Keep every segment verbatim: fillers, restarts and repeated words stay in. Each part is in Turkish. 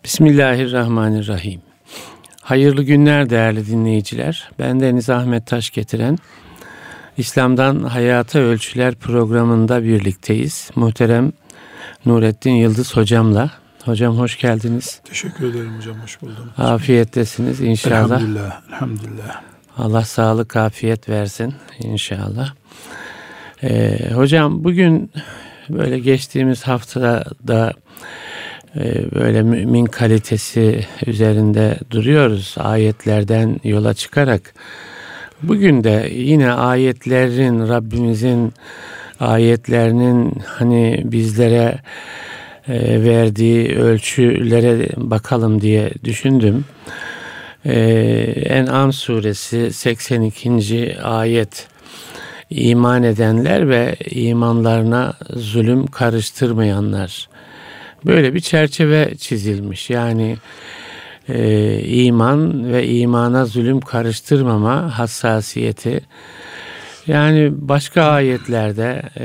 Bismillahirrahmanirrahim. Hayırlı günler değerli dinleyiciler. Ben Deniz Ahmet Taş getiren İslam'dan Hayata Ölçüler programında birlikteyiz. Muhterem Nurettin Yıldız hocamla. Hocam hoş geldiniz. Teşekkür ederim hocam, hoş buldum. Afiyettesiniz inşallah. Elhamdülillah, elhamdülillah. Allah sağlık, afiyet versin inşallah. Ee, hocam bugün böyle geçtiğimiz haftada e, böyle mümin kalitesi üzerinde duruyoruz ayetlerden yola çıkarak. Bugün de yine ayetlerin, Rabbimizin ayetlerinin hani bizlere e, verdiği ölçülere bakalım diye düşündüm. Ee, En'am suresi seksen ikinci ayet. İman edenler ve imanlarına zulüm karıştırmayanlar. Böyle bir çerçeve çizilmiş. Yani e, iman ve imana zulüm karıştırmama hassasiyeti. Yani başka ayetlerde e,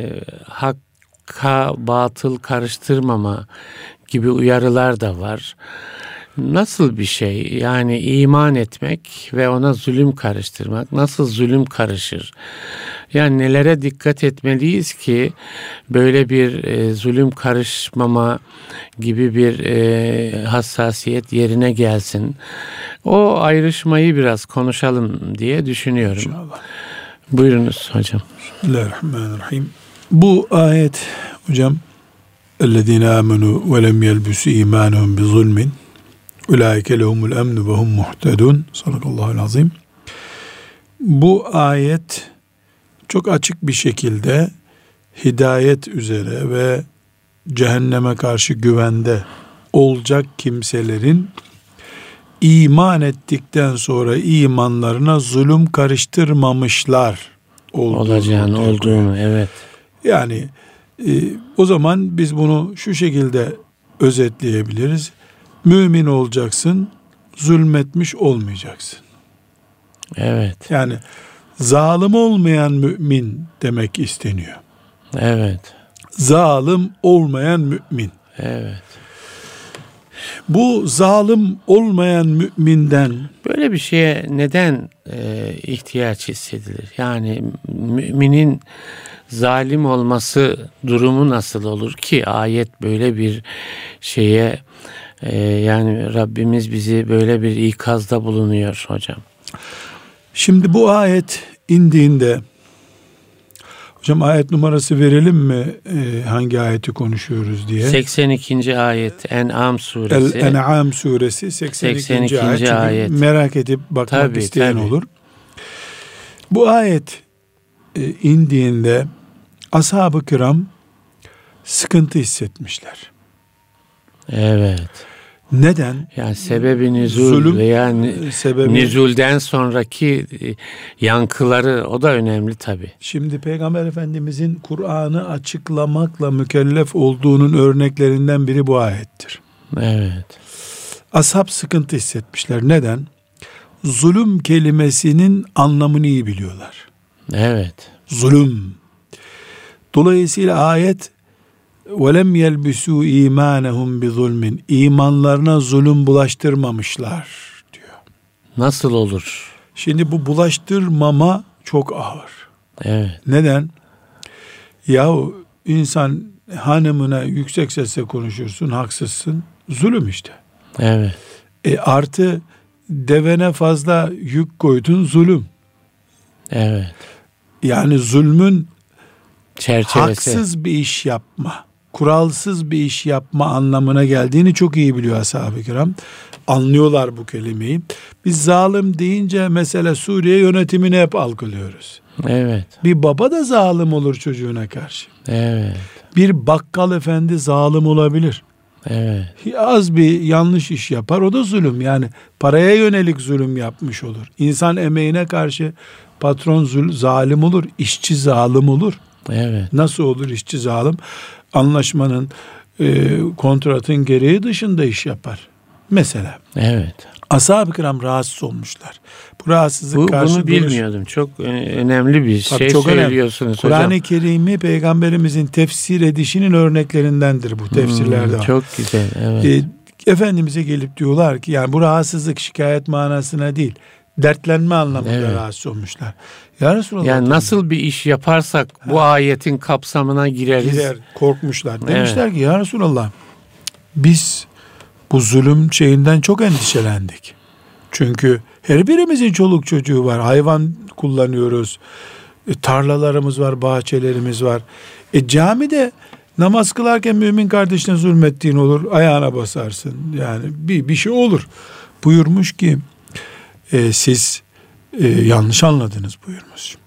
hakka batıl karıştırmama gibi uyarılar da var. Nasıl bir şey? Yani iman etmek ve ona zulüm karıştırmak. Nasıl zulüm karışır? Yani nelere dikkat etmeliyiz ki böyle bir e, zulüm karışmama gibi bir e, hassasiyet yerine gelsin. O ayrışmayı biraz konuşalım diye düşünüyorum. İnşallah. Buyurunuz hocam. Bismillahirrahmanirrahim. Bu ayet hocam اَلَّذ۪ينَ آمَنُوا وَلَمْ يَلْبُسُوا اِيمَانُهُمْ بِظُلْمٍ Ulaike lehumul emnu ve hum muhtedun. Sadakallahu azim. Bu ayet çok açık bir şekilde hidayet üzere ve cehenneme karşı güvende olacak kimselerin iman ettikten sonra imanlarına zulüm karıştırmamışlar olduğunu, olacağını olduğunu evet. Yani e, o zaman biz bunu şu şekilde özetleyebiliriz. Mümin olacaksın, zulmetmiş olmayacaksın. Evet. Yani zalim olmayan mümin demek isteniyor. Evet. Zalim olmayan mümin. Evet. Bu zalim olmayan müminden böyle bir şeye neden e, ihtiyaç hissedilir? Yani müminin zalim olması durumu nasıl olur ki ayet böyle bir şeye Ee, yani Rabbimiz bizi böyle bir ikazda bulunuyor hocam. Şimdi bu ayet indiğinde hocam ayet numarası verelim mi? Ee, hangi ayeti konuşuyoruz diye. seksen ikinci ayet En'am suresi. El-En'am suresi seksen ikinci, seksen ikinci ayet. ayet. Merak edip bakmak tabii, isteyen tabii. olur. Bu ayet e, indiğinde ashab-ı kiram sıkıntı hissetmişler. Evet. Neden? Yani sebebi nüzul zulüm, veya sebebi, nüzulden sonraki yankıları o da önemli tabii. Şimdi Peygamber Efendimizin Kur'an'ı açıklamakla mükellef olduğunun örneklerinden biri bu ayettir. Evet. Ashab sıkıntı hissetmişler. Neden? Zulüm kelimesinin anlamını iyi biliyorlar. Evet. Zulüm. Dolayısıyla ayet وَلَمْ يَلْبِسُوا اِيمَانَهُمْ بِظُلْمٍ İmanlarına zulüm bulaştırmamışlar diyor. Nasıl olur? Şimdi bu bulaştırmama çok ağır. Evet. Neden? Yahu insan hanımına yüksek sesle konuşursun, haksızsın. Zulüm işte. Evet. E artı devene fazla yük koydun, zulüm. Evet. Yani zulmün çerçevesi. Haksız bir iş yapma, kuralsız bir iş yapma anlamına geldiğini çok iyi biliyor ashab-ı kiram. Anlıyorlar bu kelimeyi. Biz zalim deyince mesela Suriye yönetimini hep algılıyoruz. Evet. Bir baba da zalim olur çocuğuna karşı. Evet. Bir bakkal efendi zalim olabilir. Evet. Az bir yanlış iş yapar, o da zulüm. Yani paraya yönelik zulüm yapmış olur. İnsan emeğine karşı patron zul, zalim olur, işçi zalim olur. Evet. Nasıl olur işçi zalim? Anlaşmanın, e, kontratın gereği dışında iş yapar. Mesela. Evet. Ashab-ı kiram rahatsız olmuşlar. Bu rahatsızlık Bu, karşı bunu bilmiyordum. Duruş, çok önemli bir tabii şey çok söylüyorsunuz önemli. hocam. Kur'an-ı Kerim'i Peygamberimizin tefsir edişinin örneklerindendir bu tefsirlerde. Hmm, çok güzel. Evet. Efendimiz'e gelip diyorlar ki, yani bu rahatsızlık şikayet manasına değil, dertlenme anlamında evet. rahatsız olmuşlar. Ya Resulallah, yani nasıl bir iş yaparsak ha. bu ayetin kapsamına gireriz. Girer, korkmuşlar. Evet. Demişler ki ya Resulallah, biz bu zulüm şeyinden çok endişelendik. Çünkü her birimizin çoluk çocuğu var. Hayvan kullanıyoruz. E, tarlalarımız var, bahçelerimiz var. E camide namaz kılarken mümin kardeşine zulmettiğin olur, ayağına basarsın. Yani bir, bir şey olur. Buyurmuş ki e, siz e, yanlış anladınız buyurmuş.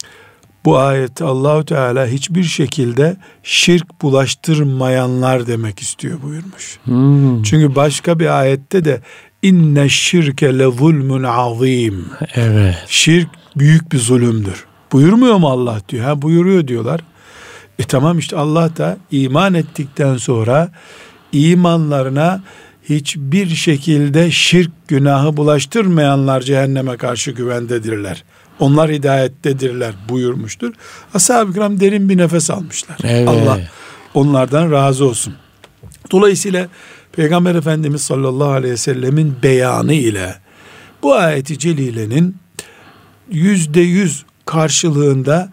Bu ayette Allahu Teala hiçbir şekilde şirk bulaştırmayanlar demek istiyor buyurmuş. Hmm. Çünkü başka bir ayette de inne şirke le zulmun azim. Evet. Şirk büyük bir zulümdür. Buyurmuyor mu Allah diyor. Ha buyuruyor diyorlar. E tamam, işte Allah da iman ettikten sonra imanlarına hiçbir şekilde şirk günahı bulaştırmayanlar cehenneme karşı güvendedirler. Onlar hidayettedirler buyurmuştur. Ashab-ı kiram derin bir nefes almışlar. Evet. Allah onlardan razı olsun. Dolayısıyla Peygamber Efendimiz sallallahu aleyhi ve sellemin beyanı ile bu ayeti celilenin yüzde yüz karşılığında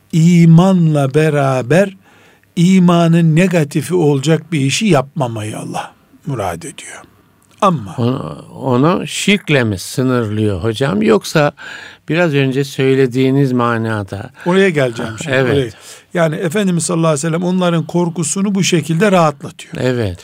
imanla beraber imanın negatifi olacak bir işi yapmamayı Allah murad ediyor. Ama onu, onu şirkle mi sınırlıyor hocam, yoksa biraz önce söylediğiniz manada? Oraya geleceğim şimdi. Evet. Oraya. Yani Efendimiz sallallahu aleyhi ve sellem onların korkusunu bu şekilde rahatlatıyor. Evet.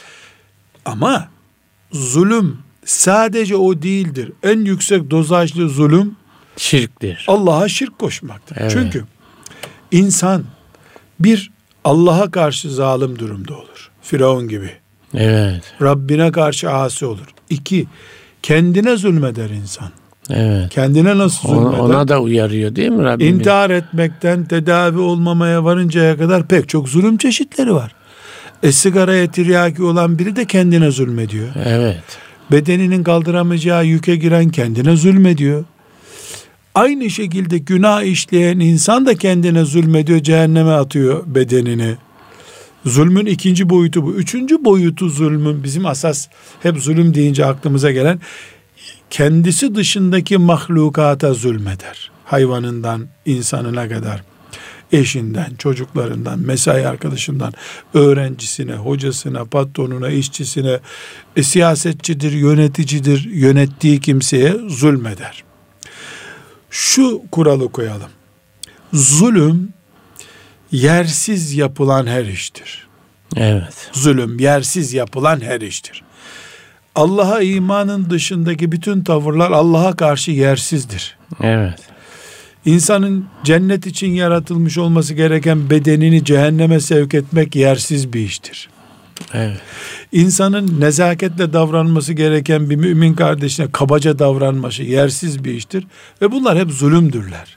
Ama zulüm sadece o değildir. En yüksek dozajlı zulüm şirktir. Allah'a şirk koşmaktır. Evet. Çünkü insan bir, Allah'a karşı zalim durumda olur. Firavun gibi. Evet. Rabbine karşı asi olur. İki, kendine zulmeder insan. Evet. Kendine nasıl zulmeder? Ona, ona da uyarıyor değil mi Rabbimiz? İntihar etmekten tedavi olmamaya varıncaya kadar pek çok zulüm çeşitleri var. E sigaraya tiryaki olan biri de kendine zulmediyor. Evet. Bedeninin kaldıramayacağı yüke giren kendine zulmediyor. Aynı şekilde günah işleyen insan da kendine zulmediyor, cehenneme atıyor bedenini. Zulmün ikinci boyutu bu. Üçüncü boyutu zulmün, bizim asas hep zulüm deyince aklımıza gelen, kendisi dışındaki mahlukata zulmeder. Hayvanından insanına kadar, eşinden, çocuklarından, mesai arkadaşından, öğrencisine, hocasına, patronuna, işçisine, e, siyasetçidir, yöneticidir, yönettiği kimseye zulmeder. Şu kuralı koyalım. Zulüm yersiz yapılan her iştir. Evet. Zulüm yersiz yapılan her iştir. Allah'a imanın dışındaki bütün tavırlar Allah'a karşı yersizdir. Evet. İnsanın cennet için yaratılmış olması gereken bedenini cehenneme sevk etmek yersiz bir iştir. Evet. İnsanın nezaketle davranması gereken bir mümin kardeşine kabaca davranması yersiz bir iştir. Ve bunlar hep zulümdürler.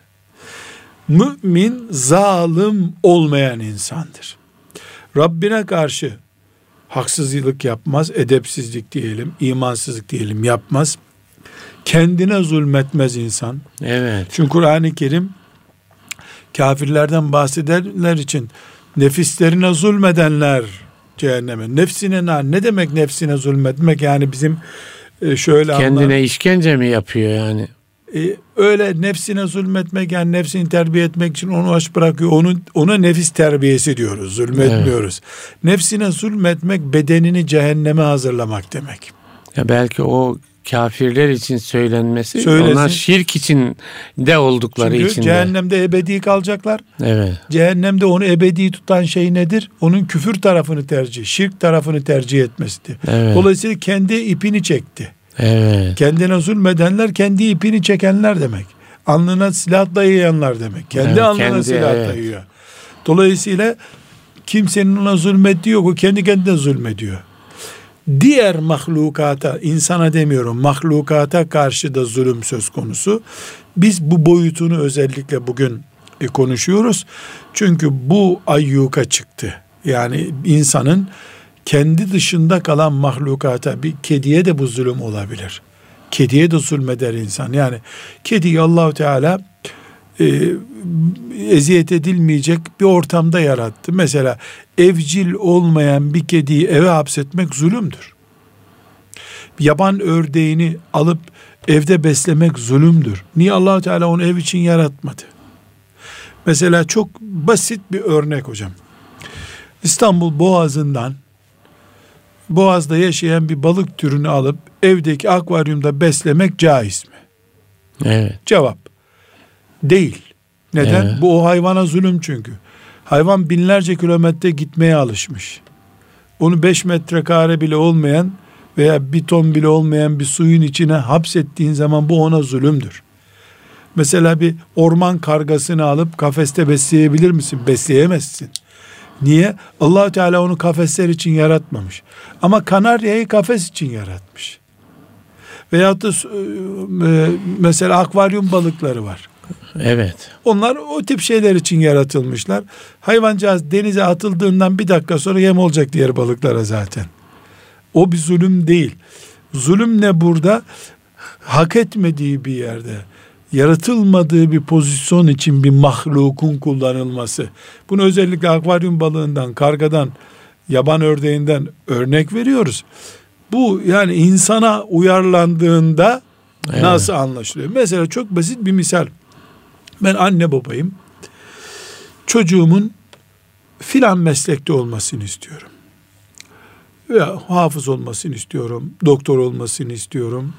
Mümin zalim olmayan insandır. Rabbine karşı haksızlık yapmaz, edepsizlik diyelim, imansızlık diyelim yapmaz. Kendine zulmetmez insan. Evet. Çünkü Kur'an-ı Kerim kafirlerden bahsedenler için nefislerine zulmedenler cehenneme. Nefsine ne demek nefsine zulmetmek? Yani bizim şöyle kendine anlar, işkence mi yapıyor yani? E, öyle nefsine zulmetmek, yani nefsini terbiye etmek için onu aç bırakıyor. Onu, ona nefis terbiyesi diyoruz. Zulmetmiyoruz. Evet. Nefsine zulmetmek bedenini cehenneme hazırlamak demek. Ya belki o kafirler için söylenmesi, Söylesin. Onlar şirk için de oldukları için. Çünkü cehennemde ebedi kalacaklar. Evet. Cehennemde onu ebedi tutan şey nedir? Onun küfür tarafını tercih, şirk tarafını tercih etmesidir. Evet. Dolayısıyla kendi ipini çekti. Evet. Kendine zulmedenler kendi ipini çekenler demek. Alnına silah dayayanlar demek. Kendi evet, alnına kendi, silah evet. dayıyor. Dolayısıyla kimsenin ona zulmettiği yok. O kendi kendine zulmediyor. Diğer mahlukata, insana demiyorum, mahlukata karşı da zulüm söz konusu. Biz bu boyutunu özellikle bugün e, konuşuyoruz. Çünkü bu ayyuka çıktı. Yani insanın kendi dışında kalan mahlukata, bir kediye de bu zulüm olabilir. Kediye de zulmeder insan. Yani kediyi Allah-u Teala e, eziyet edilmeyecek bir ortamda yarattı. Mesela evcil olmayan bir kediyi eve hapsetmek zulümdür. Yaban ördeğini alıp evde beslemek zulümdür. Niye Allah Teala onu ev için yaratmadı? Mesela çok basit bir örnek hocam. İstanbul Boğazı'ndan Boğaz'da yaşayan bir balık türünü alıp evdeki akvaryumda beslemek caiz mi? Evet. Cevap: değil. Neden? Evet. Bu o hayvana zulüm çünkü. Hayvan binlerce kilometre gitmeye alışmış. Onu beş metrekare bile olmayan veya bir ton bile olmayan bir suyun içine hapsettiğin zaman bu ona zulümdür. Mesela bir orman kargasını alıp kafeste besleyebilir misin? Besleyemezsin. Niye? Allah Teala onu kafesler için yaratmamış. Ama kanaryayı kafes için yaratmış. Veyahut da mesela akvaryum balıkları var. Evet. Onlar o tip şeyler için yaratılmışlar. Hayvancağız denize atıldığından bir dakika sonra yem olacak diğer balıklara zaten. O bir zulüm değil. Zulüm ne burada? Hak etmediği bir yerde, yaratılmadığı bir pozisyon için bir mahlukun kullanılması. Bunu özellikle akvaryum balığından, kargadan, yaban ördeğinden örnek veriyoruz. Bu yani insana uyarlandığında evet. nasıl anlaşılıyor? Mesela çok basit bir misal. Ben anne babayım. Çocuğumun filan meslekte olmasını istiyorum. Veya hafız olmasını istiyorum. Doktor olmasını istiyorum.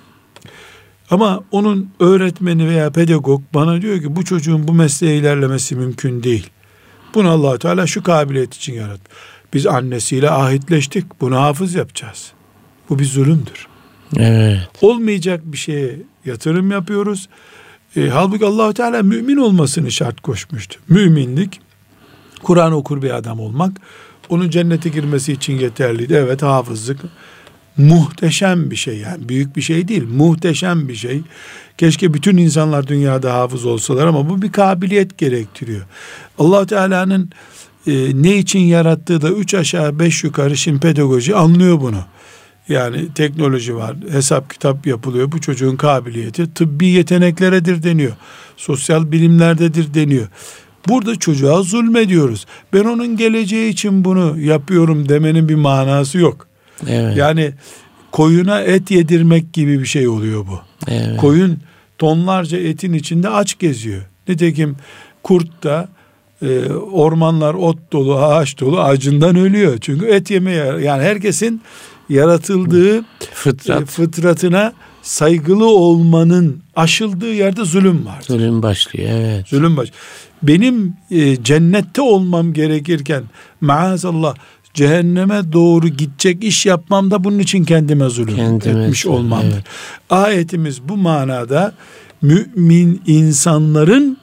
Ama onun öğretmeni veya pedagog bana diyor ki bu çocuğun bu mesleğe ilerlemesi mümkün değil. Bunu Allah Teala şu kabiliyet için yarattı. Biz annesiyle ahitleştik. Bunu hafız yapacağız. Bu bir zulümdür. Evet. Olmayacak bir şeye yatırım yapıyoruz. E, halbuki Allah Teala mümin olmasını şart koşmuştu. Müminlik, Kur'an okur bir adam olmak, onun cennete girmesi için yeterliydi. Evet, hafızlık muhteşem bir şey, yani büyük bir şey değil, muhteşem bir şey. Keşke bütün insanlar dünyada hafız olsalar ama bu bir kabiliyet gerektiriyor. Allah Teala'nın e, ne için yarattığı da üç aşağı beş yukarı, şimdi pedagoji anlıyor bunu. Yani teknoloji var, hesap kitap yapılıyor. Bu çocuğun kabiliyeti tıbbi yetenekleredir deniyor. Sosyal bilimlerdedir deniyor. Burada çocuğa zulmediyoruz. Ben onun geleceği için bunu yapıyorum demenin bir manası yok. Evet. Yani koyuna et yedirmek gibi bir şey oluyor bu. Evet. Koyun tonlarca etin içinde aç geziyor. Nitekim kurt da e, ormanlar ot dolu, ağaç dolu, acından ölüyor. Çünkü et yemeye, yani herkesin yaratıldığı Fıtrat. e, fıtratına saygılı olmanın aşıldığı yerde zulüm var. Zulüm başlıyor, evet. Zulüm baş. Benim e, cennette olmam gerekirken maazallah cehenneme doğru gidecek iş yapmam da bunun için kendime zulüm kendime etmiş olmamdır. Evet. Ayetimiz bu manada mümin insanların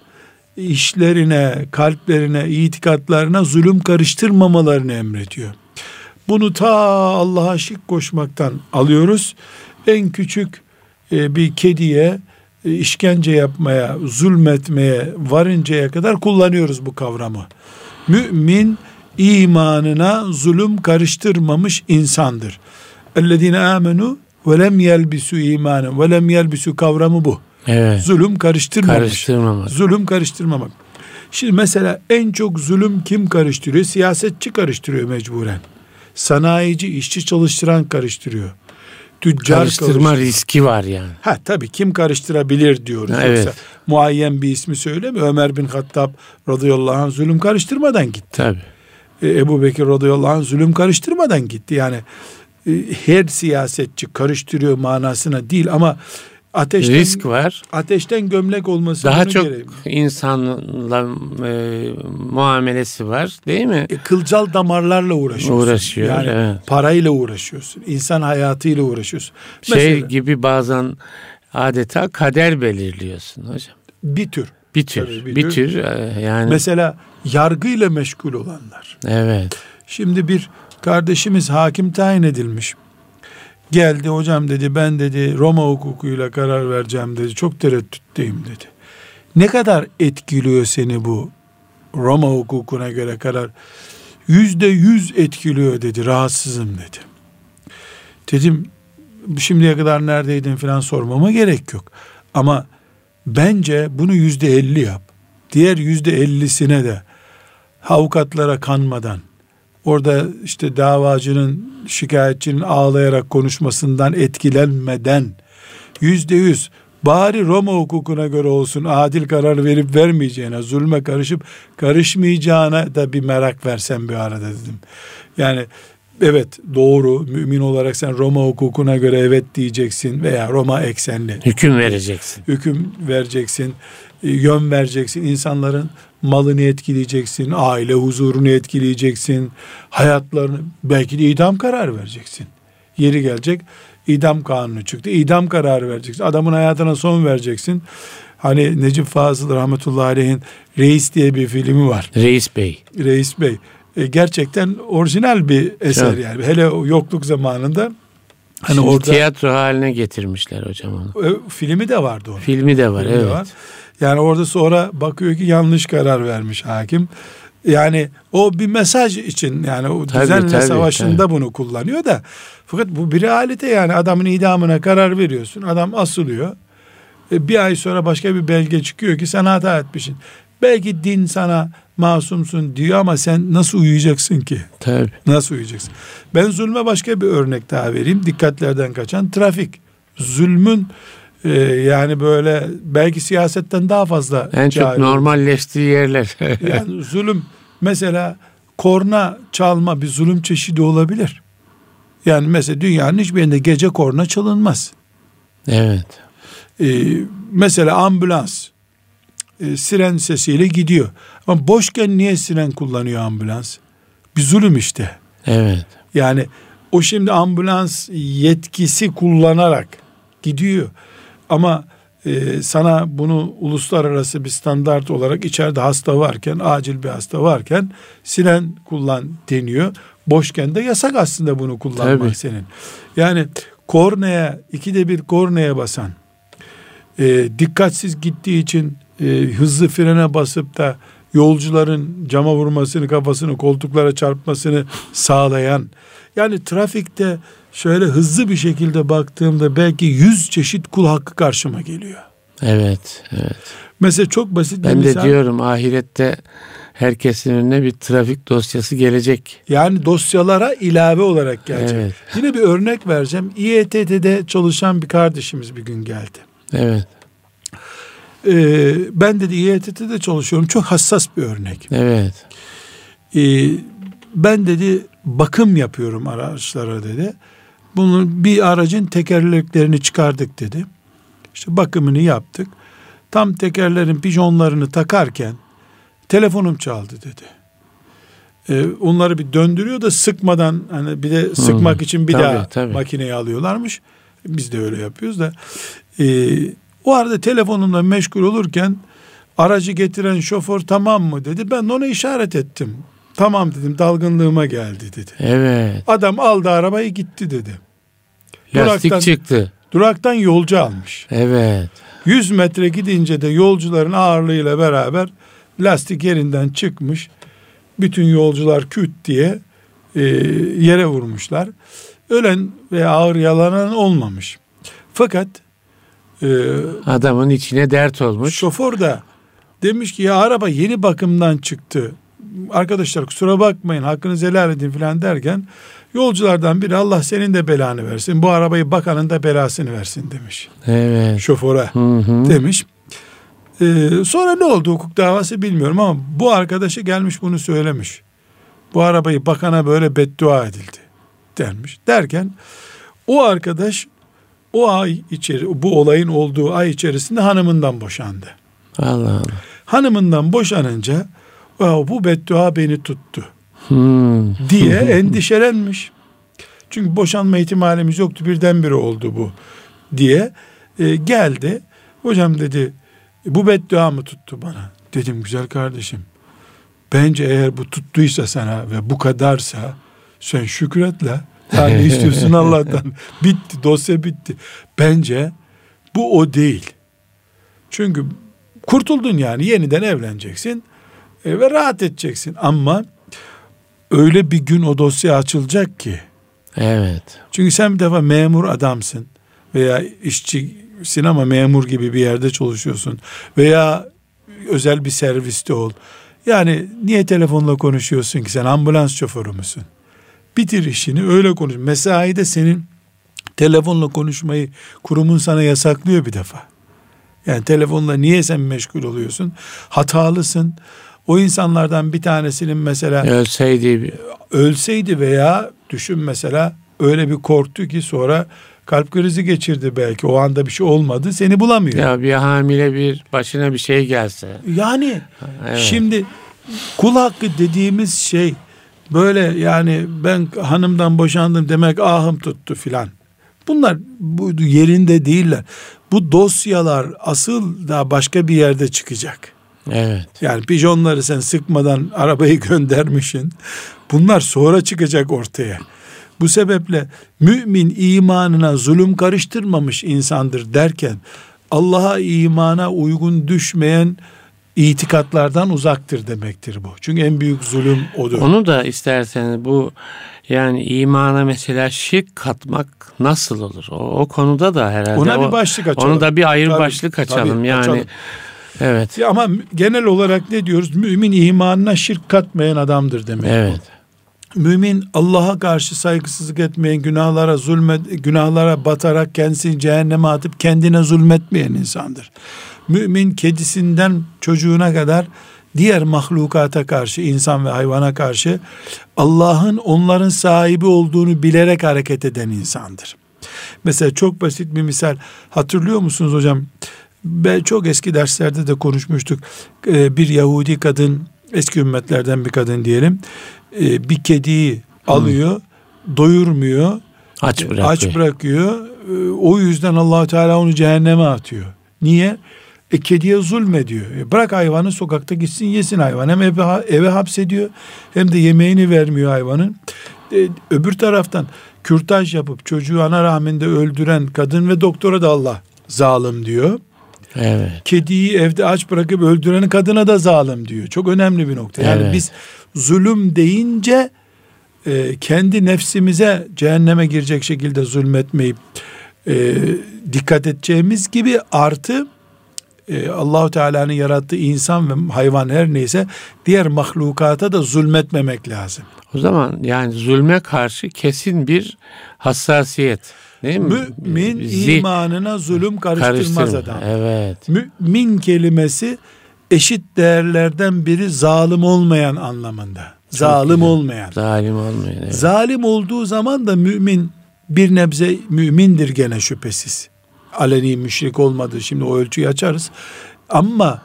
işlerine, kalplerine, itikatlarına zulüm karıştırmamalarını emrediyor. Bunu ta Allah'a şirk koşmaktan alıyoruz. En küçük e, bir kediye e, işkence yapmaya, zulmetmeye varıncaya kadar kullanıyoruz bu kavramı. Mümin imanına zulüm karıştırmamış insandır. اَلَّذ۪ينَ آمَنُوا وَلَمْ يَلْبِسُوا اِيمَانًا وَلَمْ يَلْبِسُوا kavramı bu. Evet. Zulüm karıştırmamış. Karıştırmamak. Zulüm karıştırmamak. Şimdi mesela en çok zulüm kim karıştırıyor? Siyasetçi karıştırıyor mecburen. Sanayici, işçi çalıştıran karıştırıyor. Tüccar karıştırma riski var yani. Ha tabii, kim karıştırabilir diyoruz. Evet. Yoksa muayyen bir ismi söylemiyor. Ömer bin Hattab radıyallahu anh zulüm karıştırmadan gitti. Tabii. Ee, Ebu Bekir radıyallahu anh zulüm karıştırmadan gitti. Yani e, her siyasetçi karıştırıyor manasına değil ama ateşten, risk var. Ateşten gömlek olması daha çok gereği. insanla e, muamelesi var, değil mi? E, kılcal damarlarla uğraşıyorsun. Uğraşıyor. Yani evet. parayla uğraşıyorsun. İnsan hayatıyla uğraşıyorsun. Şey Mesela, gibi bazen adeta kader belirliyorsun hocam. Bir tür. Bir tür. Tabii, bir, bir tür. tür yani. Mesela yargıyla meşgul olanlar. Evet. Şimdi bir kardeşimiz hakim tayin edilmiş. Geldi, hocam dedi, ben dedi Roma hukukuyla karar vereceğim dedi. Çok tereddütteyim dedi. Ne kadar etkiliyor seni bu Roma hukukuna göre karar? Yüzde yüz etkiliyor dedi. Rahatsızım dedi. Dedim şimdiye kadar neredeydin falan sormama gerek yok. Ama bence bunu yüzde elli yap. Diğer yüzde ellisine de avukatlara kanmadan, orada işte davacının, şikayetçinin ağlayarak konuşmasından etkilenmeden yüzde yüz bari Roma hukukuna göre olsun adil karar verip vermeyeceğine, zulme karışıp karışmayacağına da bir merak versen bir arada dedim. Yani evet, doğru, mümin olarak sen Roma hukukuna göre evet diyeceksin veya Roma eksenli hüküm vereceksin. Hüküm vereceksin, yön vereceksin, insanların malını etkileyeceksin, aile huzurunu etkileyeceksin, hayatlarını, belki de idam kararı vereceksin. Yeri gelecek idam kanunu çıktı, idam kararı vereceksin, adamın hayatına son vereceksin. Hani Necip Fazıl rahmetullahi aleyhin Reis diye bir filmi var. Reis Bey. Reis Bey. E, gerçekten orijinal bir eser, evet. Yani. Hele o yokluk zamanında. Hani şimdi orada tiyatro haline getirmişler hocam onu. E, filmi de vardı onun. Filmi de var, filmi evet. De var. Yani orada sonra bakıyor ki yanlış karar vermiş hakim. Yani o bir mesaj için, yani o tabii, düzenle tabii, savaşında tabii. Bunu kullanıyor da. Fakat bu bir realite, yani adamın idamına karar veriyorsun. Adam asılıyor. E, bir ay sonra başka bir belge çıkıyor ki sen hata etmişsin. Belki din sana masumsun diyor ama sen nasıl uyuyacaksın ki? Tabii. Nasıl uyuyacaksın? Ben zulme başka bir örnek daha vereyim. Dikkatlerden kaçan trafik. Zulmün e, yani böyle belki siyasetten daha fazla en çok normalleştiği yerler. Yani zulüm, mesela korna çalma bir zulüm çeşidi olabilir. Yani mesela dünyanın hiçbir yerinde gece korna çalınmaz. Evet. E, mesela ambulans e, siren sesiyle gidiyor. Ama boşken niye siren kullanıyor ambulans? Bir zulüm işte. Evet. Yani o şimdi ambulans yetkisi kullanarak gidiyor. Ama e, sana bunu uluslararası bir standart olarak içeride hasta varken, acil bir hasta varken siren kullan deniyor. Boşken de yasak aslında bunu kullanmak. Tabii. Senin. Yani kornaya, ikide bir kornaya basan, e, dikkatsiz gittiği için e, hızlı frene basıp da yolcuların cama vurmasını, kafasını koltuklara çarpmasını sağlayan, yani trafikte şöyle hızlı bir şekilde baktığımda belki yüz çeşit kul hakkı karşıma geliyor. Evet, evet. Mesela çok basit ben bir misal. Ben de diyorum ahirette herkesin önüne bir trafik dosyası gelecek. Yani dosyalara ilave olarak gelecek. Evet. Yine bir örnek vereceğim. İ E T T'de çalışan bir kardeşimiz bir gün geldi. Evet. Ee, ben dedi İ E T T'de çalışıyorum. Çok hassas bir örnek. Evet. Ee, ben dedi bakım yapıyorum araçlara dedi. Bunun bir aracın tekerleklerini çıkardık dedi. İşte bakımını yaptık. Tam tekerlerin pijonlarını takarken telefonum çaldı dedi. Ee, onları bir döndürüyor da sıkmadan, hani bir de sıkmak hmm, için bir tabii, daha tabii. makineyi alıyorlarmış. Biz de öyle yapıyoruz da. Ee, o arada telefonumla meşgul olurken aracı getiren şoför tamam mı dedi. Ben de ona işaret ettim. Tamam dedim, dalgınlığıma geldi dedi. Evet. Adam aldı arabayı gitti dedi. Lastik duraktan, çıktı. Duraktan yolcu almış. Evet. yüz metre gidince de yolcuların ağırlığıyla beraber lastik yerinden çıkmış. Bütün yolcular küt diye e, yere vurmuşlar. Ölen ve ağır yaralanan olmamış. Fakat e, adamın içine dert olmuş. Şoför de demiş ki ya araba yeni bakımdan çıktı. Arkadaşlar kusura bakmayın, hakkınızı helal edin filan derken yolculardan biri Allah senin de belanı versin, bu arabayı bakanın da belasını versin demiş. Evet. Şoföre hı hı. demiş. Ee, sonra ne oldu, hukuk davası bilmiyorum ama bu arkadaşı gelmiş bunu söylemiş. Bu arabayı bakana böyle beddua edildi dermiş. Derken o arkadaş o ay içeri, bu olayın olduğu ay içerisinde hanımından boşandı. Allah Allah. Hanımından boşanınca bu beddua beni tuttu hmm. diye endişelenmiş. Çünkü boşanma ihtimalimiz yoktu, birdenbire oldu bu diye e, geldi. Hocam dedi, bu beddua mı tuttu bana? Dedim güzel kardeşim, bence eğer bu tuttuysa sana ve bu kadarsa sen şükretle. Yani ne istiyorsun Allah'tan? Bitti, dosya bitti. Bence bu o değil. Çünkü kurtuldun, yani yeniden evleneceksin e, ve rahat edeceksin. Ama öyle bir gün o dosya açılacak ki. Evet. Çünkü sen bir defa memur adamsın veya işçisin ama memur gibi bir yerde çalışıyorsun veya özel bir serviste ol. Yani niye telefonla konuşuyorsun ki, sen ambulans şoförü müsün? Bitir işini, öyle konuş. Mesaide senin telefonla konuşmayı kurumun sana yasaklıyor bir defa. Yani telefonla niye sen meşgul oluyorsun? Hatalısın. O insanlardan bir tanesinin mesela ölseydi ölseydi veya düşün mesela, öyle bir korktu ki sonra kalp krizi geçirdi belki. O anda bir şey olmadı, seni bulamıyor. Ya bir hamile bir başına bir şey gelse. Yani evet. Şimdi kul hakkı dediğimiz şey böyle, yani ben hanımdan boşandım demek ahım tuttu filan. Bunlar bu yerinde değiller. Bu dosyalar asıl da başka bir yerde çıkacak. Evet. Yani pijonları sen sıkmadan arabayı göndermişsin. Bunlar sonra çıkacak ortaya. Bu sebeple mümin imanına zulüm karıştırmamış insandır derken, Allah'a imana uygun düşmeyen itikatlardan uzaktır demektir bu. Çünkü en büyük zulüm odur. Onu da isterseniz bu, yani imana mesela şirk katmak nasıl olur? O, o konuda da herhalde. Ona o, bir başlık açalım. Onu da bir ayrı tabii, başlık açalım. Tabii, yani açalım. Evet. Ya ama genel olarak ne diyoruz? Mümin imanına şirk katmayan adamdır demek. Evet. Bu. Mümin Allah'a karşı saygısızlık etmeyen, günahlara zulmet, günahlara batarak kendisini cehenneme atıp kendine zulmetmeyen insandır. Mümin kedisinden çocuğuna kadar diğer mahlukata karşı, insan ve hayvana karşı Allah'ın onların sahibi olduğunu bilerek hareket eden insandır. Mesela çok basit bir misal, hatırlıyor musunuz hocam? Ben çok eski derslerde de konuşmuştuk. Ee, bir Yahudi kadın, eski ümmetlerden bir kadın diyelim, ee, bir kediyi alıyor, hmm. doyurmuyor, aç bırakıyor. Aç bırakıyor. Ee, o yüzden Allah Teala onu cehenneme atıyor. Niye? E, kediye zulmediyor. E, bırak hayvanı sokakta gitsin yesin hayvan. Hem eve, eve hapsediyor hem de yemeğini vermiyor hayvanın. E, öbür taraftan kürtaj yapıp çocuğu ana rahminde öldüren kadın ve doktora da Allah zalim diyor. Evet. Kediyi evde aç bırakıp öldüren kadına da zalim diyor. Çok önemli bir nokta. Yani evet. Biz zulüm deyince e, kendi nefsimize cehenneme girecek şekilde zulmetmeyip e, dikkat edeceğimiz gibi, artı e, Allah-u Teala'nın yarattığı insan ve hayvan her neyse diğer mahlukata da zulmetmemek lazım. O zaman yani zulme karşı kesin bir hassasiyet. Değil mi? Mümin Zih, imanına zulüm karıştırmaz adam. Evet. Mümin kelimesi eşit değerlerden biri zalim olmayan anlamında. Çok zalim güzel. olmayan. Zalim olmayan. Evet. Zalim olduğu zaman da mümin bir nebze mümindir gene şüphesiz. Aleni müşrik olmadı. Şimdi o ölçüyü açarız. Ama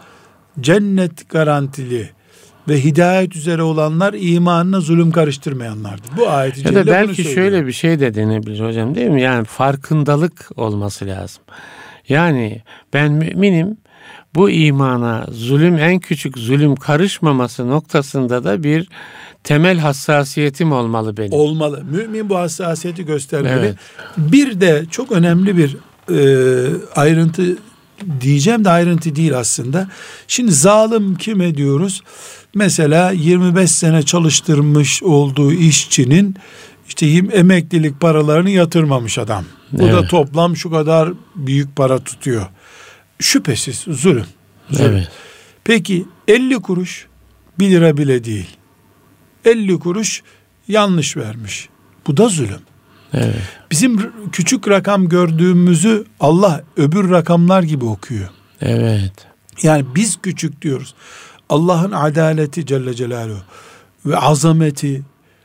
cennet garantili ve hidayet üzere olanlar imanına zulüm karıştırmayanlardır. Bu ayet-i celle ya da belki şöyle bir şey de denebilir hocam, değil mi? Yani farkındalık olması lazım. Yani ben müminim, bu imana zulüm, en küçük zulüm karışmaması noktasında da bir temel hassasiyetim olmalı benim. Olmalı. Mümin bu hassasiyeti göstermeli. Evet. Bir de çok önemli bir e, ayrıntı diyeceğim de ayrıntı değil aslında. Şimdi zalim kime diyoruz? Mesela yirmi beş sene çalıştırmış olduğu işçinin işte emeklilik paralarını yatırmamış adam. Bu evet. da toplam şu kadar büyük para tutuyor. Şüphesiz zulüm. zulüm. Evet. Peki elli kuruş bir lira bile değil. elli kuruş yanlış vermiş. Bu da zulüm. Evet. Bizim küçük rakam gördüğümüzü Allah öbür rakamlar gibi okuyor. Evet. Yani biz küçük diyoruz. Allah'ın adaleti Celle Celaluhu ve azameti,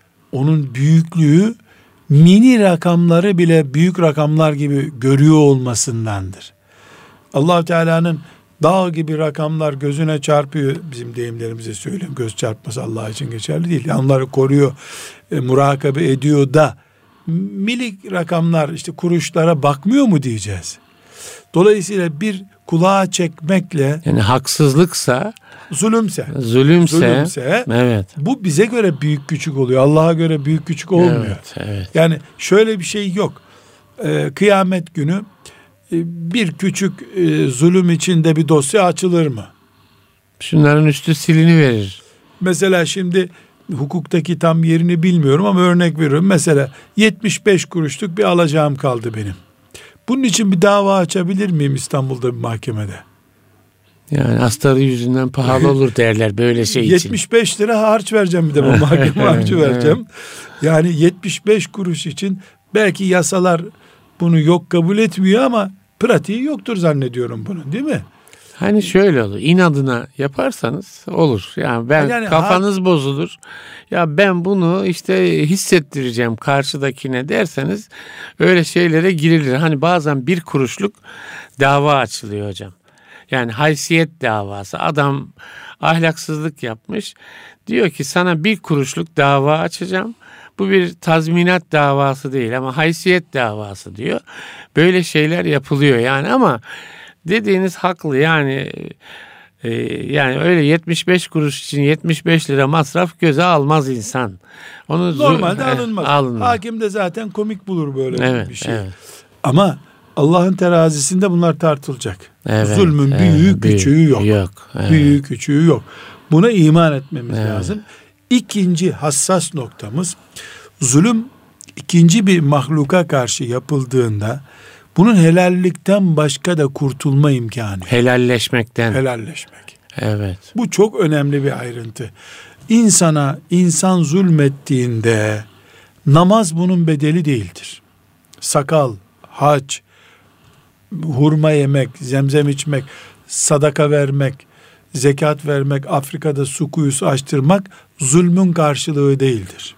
onun büyüklüğü mini rakamları bile büyük rakamlar gibi görüyor olmasındandır. Allah Teala'nın dağ gibi rakamlar gözüne çarpıyor, bizim deyimlerimize söyleyeyim, göz çarpması Allah için geçerli değil. Yani onları koruyor, e, murakabe ediyor da milik rakamlar, işte kuruşlara bakmıyor mu diyeceğiz. Dolayısıyla bir kulağa çekmekle, yani haksızlıksa, zulümse, zulümse, zulümse evet. bu bize göre büyük küçük oluyor. Allah'a göre büyük küçük olmuyor. Evet, evet. Yani şöyle bir şey yok. Ee, kıyamet günü e, bir küçük e, zulüm içinde bir dosya açılır mı? Şunların üstü silini verir. Mesela şimdi hukuktaki tam yerini bilmiyorum ama örnek veriyorum. Mesela yetmiş beş kuruşluk bir alacağım kaldı benim. Bunun için bir dava açabilir miyim İstanbul'da bir mahkemede? Yani astarı yüzünden pahalı olur derler böyle şey için. yetmiş beş lira harç vereceğim, bir de bu mahkeme harcı vereceğim. Yani yetmiş beş kuruş için belki yasalar bunu yok kabul etmiyor ama pratiği yoktur zannediyorum bunun, değil mi? Hani şöyle olur, inadına yaparsanız olur. Yani ben yani kafanız ha... bozulur. Ya ben bunu işte hissettireceğim karşıdakine derseniz öyle şeylere girilir. Hani bazen bir kuruşluk dava açılıyor hocam. Yani haysiyet davası. Adam ahlaksızlık yapmış. Diyor ki sana bir kuruşluk dava açacağım. Bu bir tazminat davası değil ama haysiyet davası diyor. Böyle şeyler yapılıyor yani, ama dediğiniz haklı yani e, yani öyle yetmiş beş kuruş için yetmiş beş lira masraf göze almaz insan. Onu normalde alınmaz. alınmaz. Hakim de zaten komik bulur böyle evet, bir şey. Evet. Ama Allah'ın terazisinde bunlar tartılacak. Evet, Zulmün evet, büyüğü küçüğü yok. yok evet. Büyüğü küçüğü yok. Buna iman etmemiz evet. lazım. İkinci hassas noktamız, zulüm ikinci bir mahluka karşı yapıldığında bunun helallikten başka da kurtulma imkanı. Helalleşmekten. Helalleşmek. Evet. Bu çok önemli bir ayrıntı. İnsana insan zulmettiğinde namaz bunun bedeli değildir. Sakal, hac, hurma yemek, zemzem içmek, sadaka vermek, zekat vermek, Afrika'da su kuyusu açtırmak zulmün karşılığı değildir.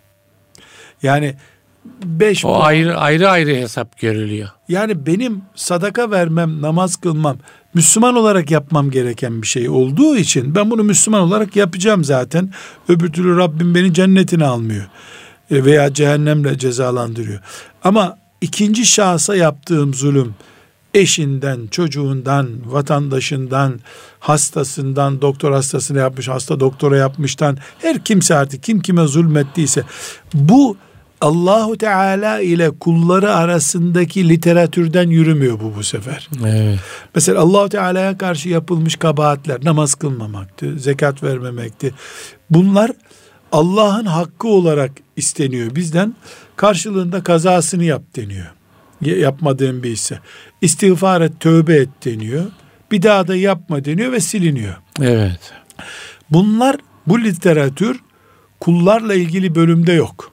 Yani beş o ayrı ayrı ayrı hesap görülüyor. Yani benim sadaka vermem, namaz kılmam, Müslüman olarak yapmam gereken bir şey olduğu için ben bunu Müslüman olarak yapacağım zaten. Öbür türlü Rabbim beni cennetine almıyor veya cehennemle cezalandırıyor. Ama ikinci şahsa yaptığım zulüm, eşinden, çocuğundan, vatandaşından, hastasından, doktor hastasına yapmış, hasta doktora yapmıştan, her kimse artık kim kime zulmettiyse, bu Allahu Teala ile kulları arasındaki literatürden yürümüyor bu bu sefer. Evet. Mesela Allahu Teala'ya karşı yapılmış kabahatler, namaz kılmamaktı, zekat vermemekti. Bunlar Allah'ın hakkı olarak isteniyor bizden. Karşılığında kazasını yap deniyor. Yapmadığın bir ise. İstiğfar et, tövbe et deniyor. Bir daha da yapma deniyor ve siliniyor. Evet. Bunlar, bu literatür kullarla ilgili bölümde yok.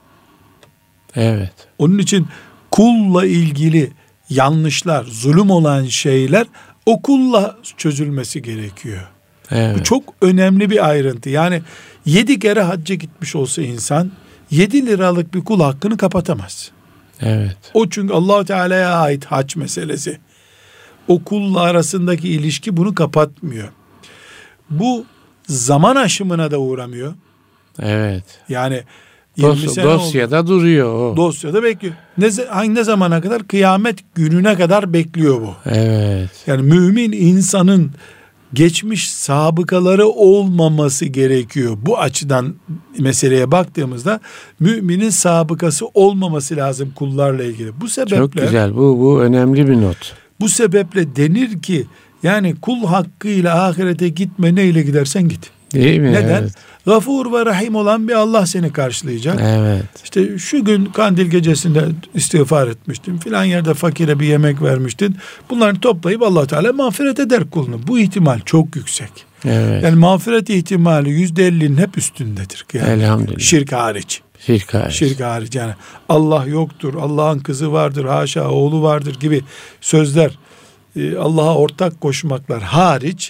Evet. Onun için kulla ilgili yanlışlar, zulüm olan şeyler o kulla çözülmesi gerekiyor. Evet. Bu çok önemli bir ayrıntı. Yani yedi kere hacca gitmiş olsa insan yedi liralık bir kul hakkını kapatamaz. Evet. O çünkü Allah-u Teala'ya ait hac meselesi. O kulla arasındaki ilişki bunu kapatmıyor. Bu zaman aşımına da uğramıyor. Evet. Yani Dos, dosyada oldu. Duruyor o. Dosyada bekliyor. Ne, hangi ne zamana kadar? Kıyamet gününe kadar bekliyor bu. Evet. Yani mümin insanın geçmiş sabıkaları olmaması gerekiyor. Bu açıdan meseleye baktığımızda müminin sabıkası olmaması lazım kullarla ilgili. Bu sebeple çok güzel. Bu bu önemli bir not. Bu sebeple denir ki yani kul hakkıyla ahirete gitme, neyle gidersen git. Değil mi? Neden? Evet. Gafur ve Rahim olan bir Allah seni karşılayacak. Evet. İşte şu gün kandil gecesinde istiğfar etmiştin, filan yerde fakire bir yemek vermiştin. Bunları toplayıp Allah Teala mağfiret eder kulunu. Bu ihtimal çok yüksek. Evet. Yani mağfiret ihtimali yüzde ellinin hep üstündedir. Yani elhamdülillah. Şirk hariç. Şirk hariç. Şirk hariç yani. Allah yoktur, Allah'ın kızı vardır, haşa oğlu vardır gibi sözler, Allah'a ortak koşmaklar hariç,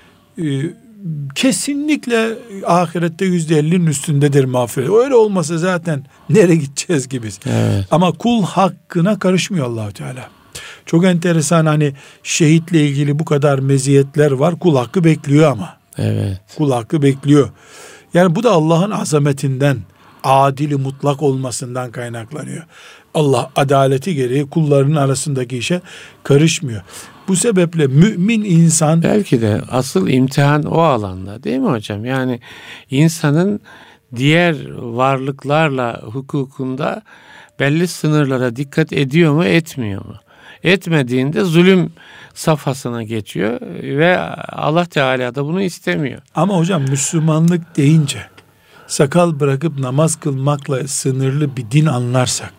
kesinlikle ahirette yüzde ellinin üstündedir mağfiret. Öyle olmasa zaten nereye gideceğiz gibi. Evet. Ama kul hakkına karışmıyor Allah-u Teala. Çok enteresan, hani şehitle ilgili bu kadar meziyetler var. Kul hakkı bekliyor ama. Evet. Kul hakkı bekliyor. Yani bu da Allah'ın azametinden, adili mutlak olmasından kaynaklanıyor. Allah adaleti gereği kullarının arasındaki işe karışmıyor. Bu sebeple mümin insan... Belki de asıl imtihan o alanda, değil mi hocam? Yani insanın diğer varlıklarla hukukunda belli sınırlara dikkat ediyor mu, etmiyor mu? Etmediğinde zulüm safhasına geçiyor ve Allah Teala da bunu istemiyor. Ama hocam Müslümanlık deyince sakal bırakıp namaz kılmakla sınırlı bir din anlarsak,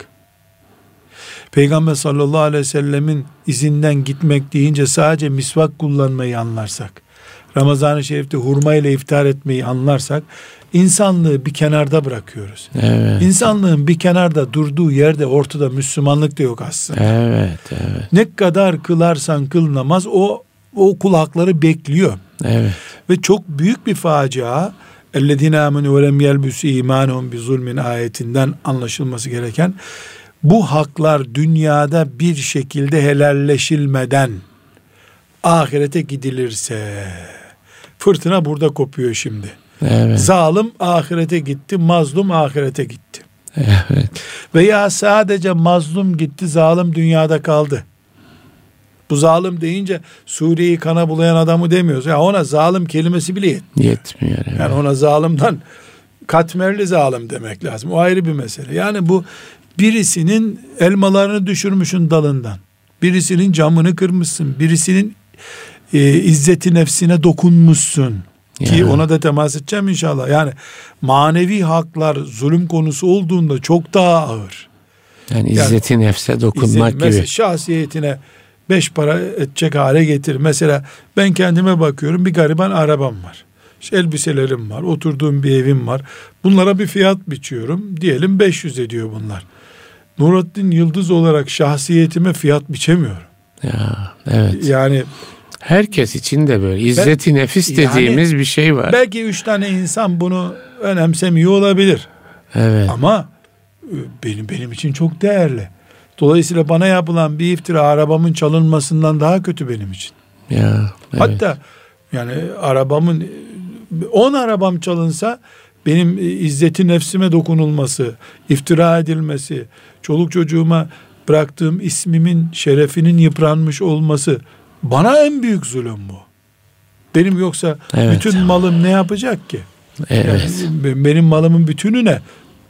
Peygamber sallallahu aleyhi ve sellemin izinden gitmek deyince sadece misvak kullanmayı anlarsak, Ramazan-ı Şerif'te hurma ile iftar etmeyi anlarsak, insanlığı bir kenarda bırakıyoruz. Evet. İnsanlığın bir kenarda durduğu yerde ortada Müslümanlık da yok aslında. Evet, evet. Ne kadar kılarsan kıl namaz, o o kul hakları bekliyor. Evet. Ve çok büyük bir facia, اَلَّذِينَ آمَنُوا وَلَمْ يَلْبِسُوا اِيمَانُهُمْ بِظُلْمٍ ayetinden anlaşılması gereken, bu haklar dünyada bir şekilde helalleşilmeden ahirete gidilirse, fırtına burada kopuyor şimdi. Evet. Zalim ahirete gitti, mazlum ahirete gitti. Evet. Veya sadece mazlum gitti, zalim dünyada kaldı. Bu zalim deyince Suriye'yi kana bulayan adamı demiyoruz. Ya ona zalim kelimesi bile yetmiyor. Yetmiyor. Evet. Yani ona zalimden katmerli zalim demek lazım. O ayrı bir mesele. Yani bu birisinin elmalarını düşürmüşün dalından, birisinin camını kırmışsın, birisinin e, izzeti nefsine dokunmuşsun. Ki ya, ona da temas edeceğim inşallah. Yani manevi haklar zulüm konusu olduğunda çok daha ağır. Yani izzeti yani, nefse dokunmak izzet, gibi. Mesela şahsiyetine beş para edecek hale getir. Mesela ben kendime bakıyorum, bir gariban arabam var. İşte elbiselerim var, oturduğum bir evim var. Bunlara bir fiyat biçiyorum. Diyelim beş yüz ediyor bunlar. Nurattin Yıldız olarak şahsiyetime fiyat biçemiyorum. Ya, evet. Yani herkes için de böyle İzzeti ben, nefis dediğimiz yani, bir şey var. Belki üç tane insan bunu önemsemiyor olabilir. Evet. Ama benim benim için çok değerli. Dolayısıyla bana yapılan bir iftira arabamın çalınmasından daha kötü benim için. Ya, evet. Hatta yani arabamın on arabam çalınsa benim izzeti nefsime dokunulması, iftira edilmesi, çoluk çocuğuma bıraktığım ismimin şerefinin yıpranmış olması, bana en büyük zulüm bu. Benim yoksa evet, bütün malım ne yapacak ki? Evet. Yani benim malımın bütünü ne?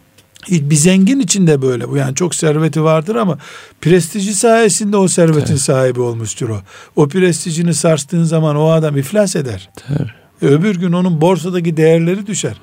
Bir zengin için de böyle bu. Yani çok serveti vardır ama prestiji sayesinde o servetin Tabii. sahibi olmuştur o. O prestijini sarstığın zaman o adam iflas eder. Tabii. Öbür gün onun borsadaki değerleri düşer.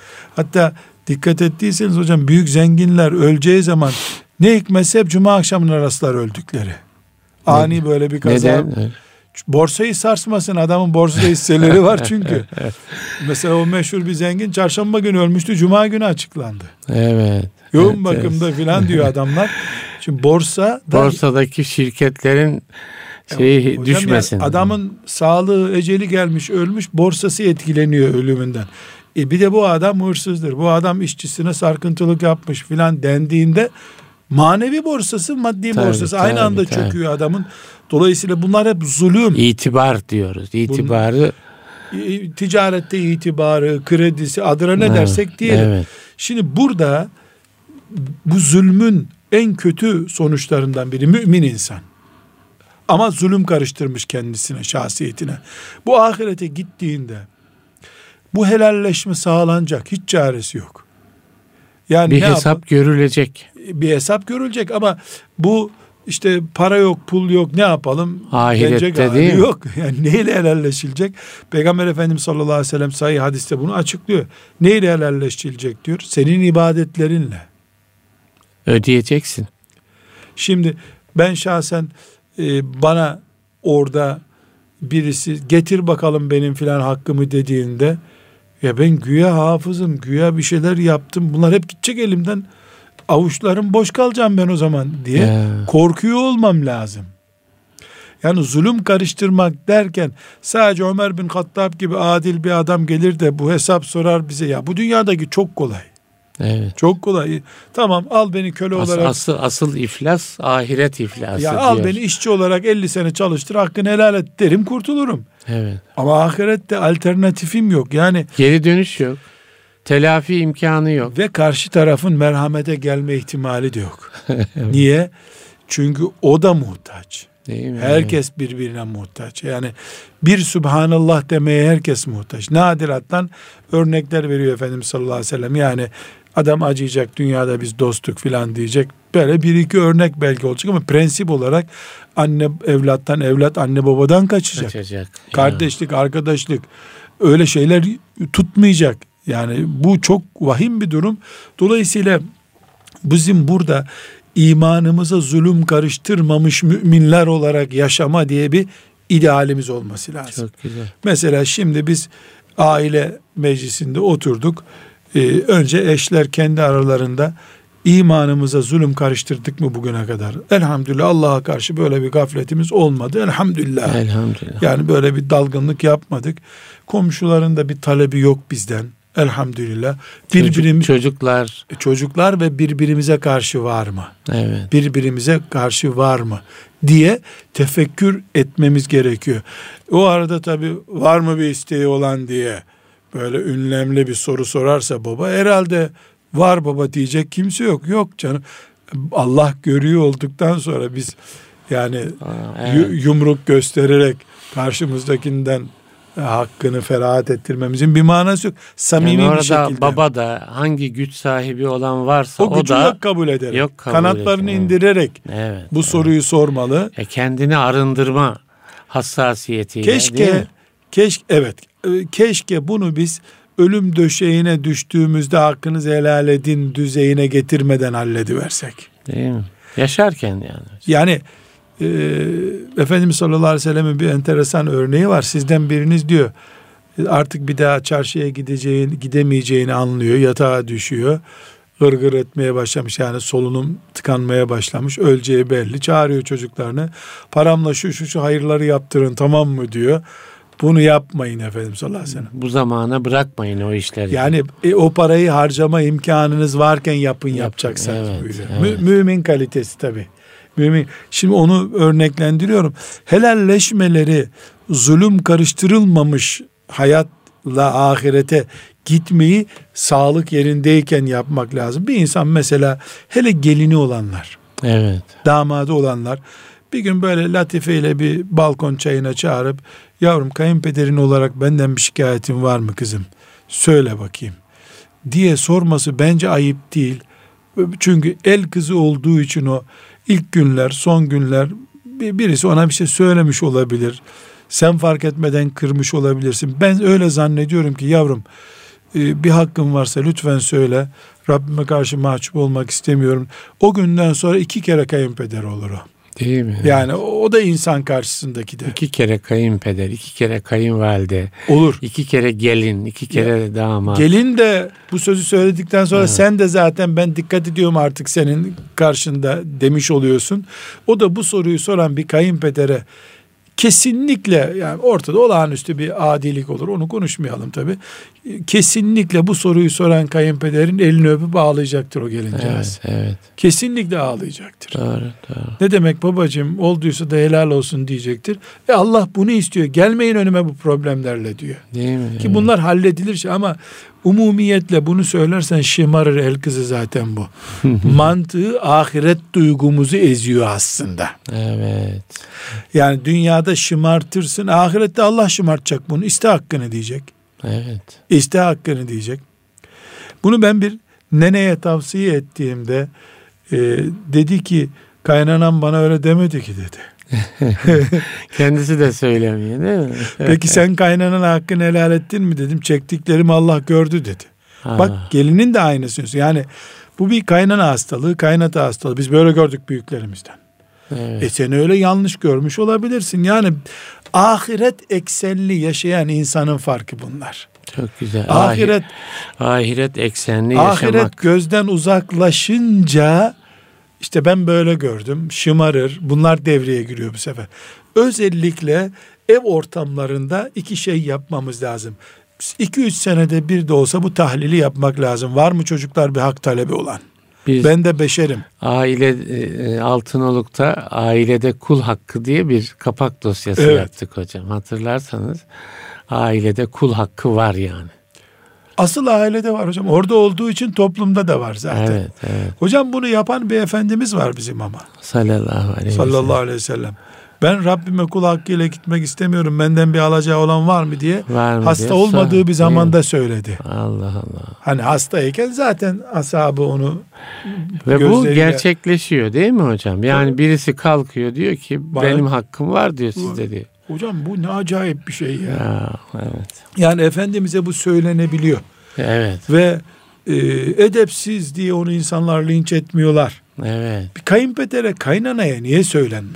Hatta dikkat ettiyseniz hocam, büyük zenginler öleceği zaman ne hikmetse hep cuma akşamına rastlar öldükleri. Ani Neden? Böyle bir kaza. Neden? Borsayı sarsmasın, adamın borsada hisseleri var çünkü. Mesela o meşhur bir zengin çarşamba günü ölmüştü, cuma günü açıklandı. Evet. Yoğun evet, bakımda evet. filan diyor adamlar. Şimdi borsa borsadaki şirketlerin şeyi hocam düşmesin. Yani adamın sağlığı, eceli gelmiş, ölmüş, borsası etkileniyor ölümünden. E bir de bu adam hırsızdır, bu adam işçisine sarkıntılık yapmış filan dendiğinde manevi borsası, maddi tabii, borsası tabii, aynı anda tabii. çöküyor adamın. Dolayısıyla bunlar hep zulüm. İtibar diyoruz. İtibarı. Bunun, ticarette itibarı, kredisi, adına ne evet, dersek diyelim. Evet. Şimdi burada bu zulmün en kötü sonuçlarından biri mümin insan. Ama zulüm karıştırmış kendisine, şahsiyetine. Bu ahirete gittiğinde bu helalleşme sağlanacak. Hiç çaresi yok. Yani bir hesap yap- görülecek. Bir hesap görülecek ama bu işte para yok, pul yok, ne yapalım? Ahirette değil mi? Yok. Yani neyle helalleşilecek? Peygamber Efendimiz sallallahu aleyhi ve sellem sahih hadiste bunu açıklıyor. Neyle helalleşilecek diyor? Senin ibadetlerinle. Ödeyeceksin. Şimdi ben şahsen e, bana orada birisi getir bakalım benim filan hakkımı dediğinde, ya ben güya hafızım, güya bir şeyler yaptım, bunlar hep gidecek elimden, avuçlarım boş kalacağım ben o zaman diye yeah. korkuyor olmam lazım. Yani zulüm karıştırmak derken sadece Ömer bin Hattab gibi adil bir adam gelir de bu hesap sorar bize, ya bu dünyadaki çok kolay. Evet. Çok kolay. Tamam, al beni köle asıl, olarak. Asıl, asıl iflas ahiret iflası ya diyor. Al beni işçi olarak elli sene çalıştır, hakkını helal et derim, kurtulurum. Evet. Ama ahirette alternatifim yok. Yani geri dönüş yok. Telafi imkanı yok. Ve karşı tarafın merhamete gelme ihtimali de yok. Evet. Niye? Çünkü o da muhtaç. Değil mi? Herkes birbirine muhtaç. Yani bir Subhanallah demeye herkes muhtaç. Nadirattan örnekler veriyor Efendimiz sallallahu aleyhi ve sellem. Yani adam acıyacak, dünyada biz dostluk filan diyecek. Böyle bir iki örnek belki olacak ama prensip olarak anne evlattan, evlat anne babadan kaçacak. Kaçacak. Kardeşlik, ya. Arkadaşlık, öyle şeyler tutmayacak. Yani bu çok vahim bir durum. Dolayısıyla bizim burada imanımıza zulüm karıştırmamış müminler olarak yaşama diye bir idealimiz olması lazım. Çok güzel. Mesela şimdi biz aile meclisinde oturduk. Ee, önce eşler kendi aralarında imanımıza zulüm karıştırdık mı bugüne kadar? Elhamdülillah Allah'a karşı böyle bir gafletimiz olmadı. Elhamdülillah. Elhamdülillah. Yani böyle bir dalgınlık yapmadık. Komşuların da bir talebi yok bizden. Elhamdülillah. Birbirimiz, çocuklar. Çocuklar ve birbirimize karşı var mı? Evet. Birbirimize karşı var mı? Diye tefekkür etmemiz gerekiyor. O arada tabii var mı bir isteği olan diye böyle ünlemli bir soru sorarsa baba, herhalde var baba diyecek kimse yok. Yok canım. Allah görüyor olduktan sonra biz yani Aa, evet. yumruk göstererek karşımızdakinden hakkını ferahat ettirmemizin bir manası yok. Samimi yani bir şekilde. Baba da hangi güç sahibi olan varsa o, o da yok kabul ederek, yok kabul kanatlarını ederek. indirerek evet, bu evet. soruyu sormalı. E kendini arındırma hassasiyetiyle. Keşke, keşke evet, keşke bunu biz ölüm döşeğine düştüğümüzde hakkınızı helal edin düzeyine getirmeden hallediversek. Değil mi? Yaşarken yani. Yani e, Efendimiz sallallahu aleyhi ve sellem'in bir enteresan örneği var. Sizden biriniz diyor artık bir daha çarşıya gideceğini, gidemeyeceğini anlıyor. Yatağa düşüyor. Gırgır etmeye başlamış, yani solunum tıkanmaya başlamış. Öleceği belli. Çağırıyor çocuklarını. Paramla şu şu şu hayırları yaptırın, tamam mı diyor. Bunu yapmayın Efendimiz sallallahu aleyhi ve sellem. Bu zamana bırakmayın o işleri. Yani e, o parayı harcama imkanınız varken yapın, yapın yapacaksanız. Evet, evet. Mü, mümin kalitesi tabii. Mümin. Şimdi onu örneklendiriyorum. Helalleşmeleri, zulüm karıştırılmamış hayatla ahirete gitmeyi sağlık yerindeyken yapmak lazım. Bir insan mesela, hele gelini olanlar, evet, damadı olanlar bir gün böyle latifeyle bir balkon çayına çağırıp, yavrum kayınpederin olarak benden bir şikayetin var mı kızım? Söyle bakayım diye sorması bence ayıp değil. Çünkü el kızı olduğu için o ilk günler, son günler birisi ona bir şey söylemiş olabilir. Sen fark etmeden kırmış olabilirsin. Ben öyle zannediyorum ki yavrum, bir hakkın varsa lütfen söyle. Rabbime karşı mahcup olmak istemiyorum. O günden sonra iki kere kayınpeder olur o. Değil mi? Yani o da insan karşısındaki de. İki kere kayınpeder, iki kere kayınvalide. Olur. İki kere gelin, iki kere ya, damat. Gelin de bu sözü söyledikten sonra evet. sen de zaten ben dikkat ediyorum artık senin karşında demiş oluyorsun. O da bu soruyu soran bir kayınpedere kesinlikle, yani ortada olağanüstü bir adilik olur. Onu konuşmayalım tabii. Kesinlikle bu soruyu soran kayınpederin elini öpüp ağlayacaktır o gelincağız. Evet, evet. Kesinlikle ağlayacaktır. Doğru, doğru. Ne demek babacığım, olduysa da helal olsun diyecektir. E Allah bunu istiyor. Gelmeyin önüme bu problemlerle diyor. Değil mi? Ki bunlar halledilir ama umumiyetle bunu söylersen şımarır el kızı zaten bu. Mantığı ahiret duygumuzu eziyor aslında. Evet. Yani dünyada şımartırsın, ahirette Allah şımartacak bunu. İste hakkını diyecek. Evet. İste hakkını diyecek. Bunu ben bir neneye tavsiye ettiğimde e, dedi ki kaynanam bana öyle demedi ki dedi. Kendisi de söylemiyor değil mi? Peki sen kaynanana hakkını helal ettin mi dedim. Çektiklerimi Allah gördü dedi. Ha. Bak gelinin de aynısı. Yani bu bir kaynana hastalığı, kaynata hastalığı. Biz böyle gördük büyüklerimizden. Evet. E sen öyle yanlış görmüş olabilirsin. Yani ahiret eksenli yaşayan insanın farkı bunlar. Çok güzel. Ahiret, ahiret eksenli ahiret yaşamak. Ahiret gözden uzaklaşınca işte ben böyle gördüm. Şımarır. Bunlar devreye giriyor bu sefer. Özellikle ev ortamlarında iki şey yapmamız lazım. iki üç senede bir de olsa bu tahlili yapmak lazım. Var mı çocuklar bir hak talebi olan? Biz ben de beşerim. Aile e, Altınoluk'ta ailede kul hakkı diye bir kapak dosyası evet. yaptık hocam. Hatırlarsanız ailede kul hakkı var yani. Asıl ailede var hocam. Orada olduğu için toplumda da var zaten. Evet, evet. Hocam bunu yapan bir efendimiz var bizim ama. Sallallahu aleyhi ve sellem. Sallallahu aleyhi ve sellem. Ben Rabbime kul hakkıyla gitmek istemiyorum. Benden bir alacağı olan var mı diye var mı hasta diye olmadığı sor, bir zamanda söyledi. Allah Allah. Hani hastayken zaten ashabı onu ve gözleriyle... bu gerçekleşiyor değil mi hocam? Yani evet. birisi kalkıyor diyor ki bana, benim hakkım var diyor sizde diyor. Hocam bu ne acayip bir şey ya. ya evet. Yani Efendimiz'e bu söylenebiliyor. Evet. Ve e, edepsiz diye onu insanlar linç etmiyorlar. Evet. Bir kayınpedere, kaynanaya niye söylenmesin?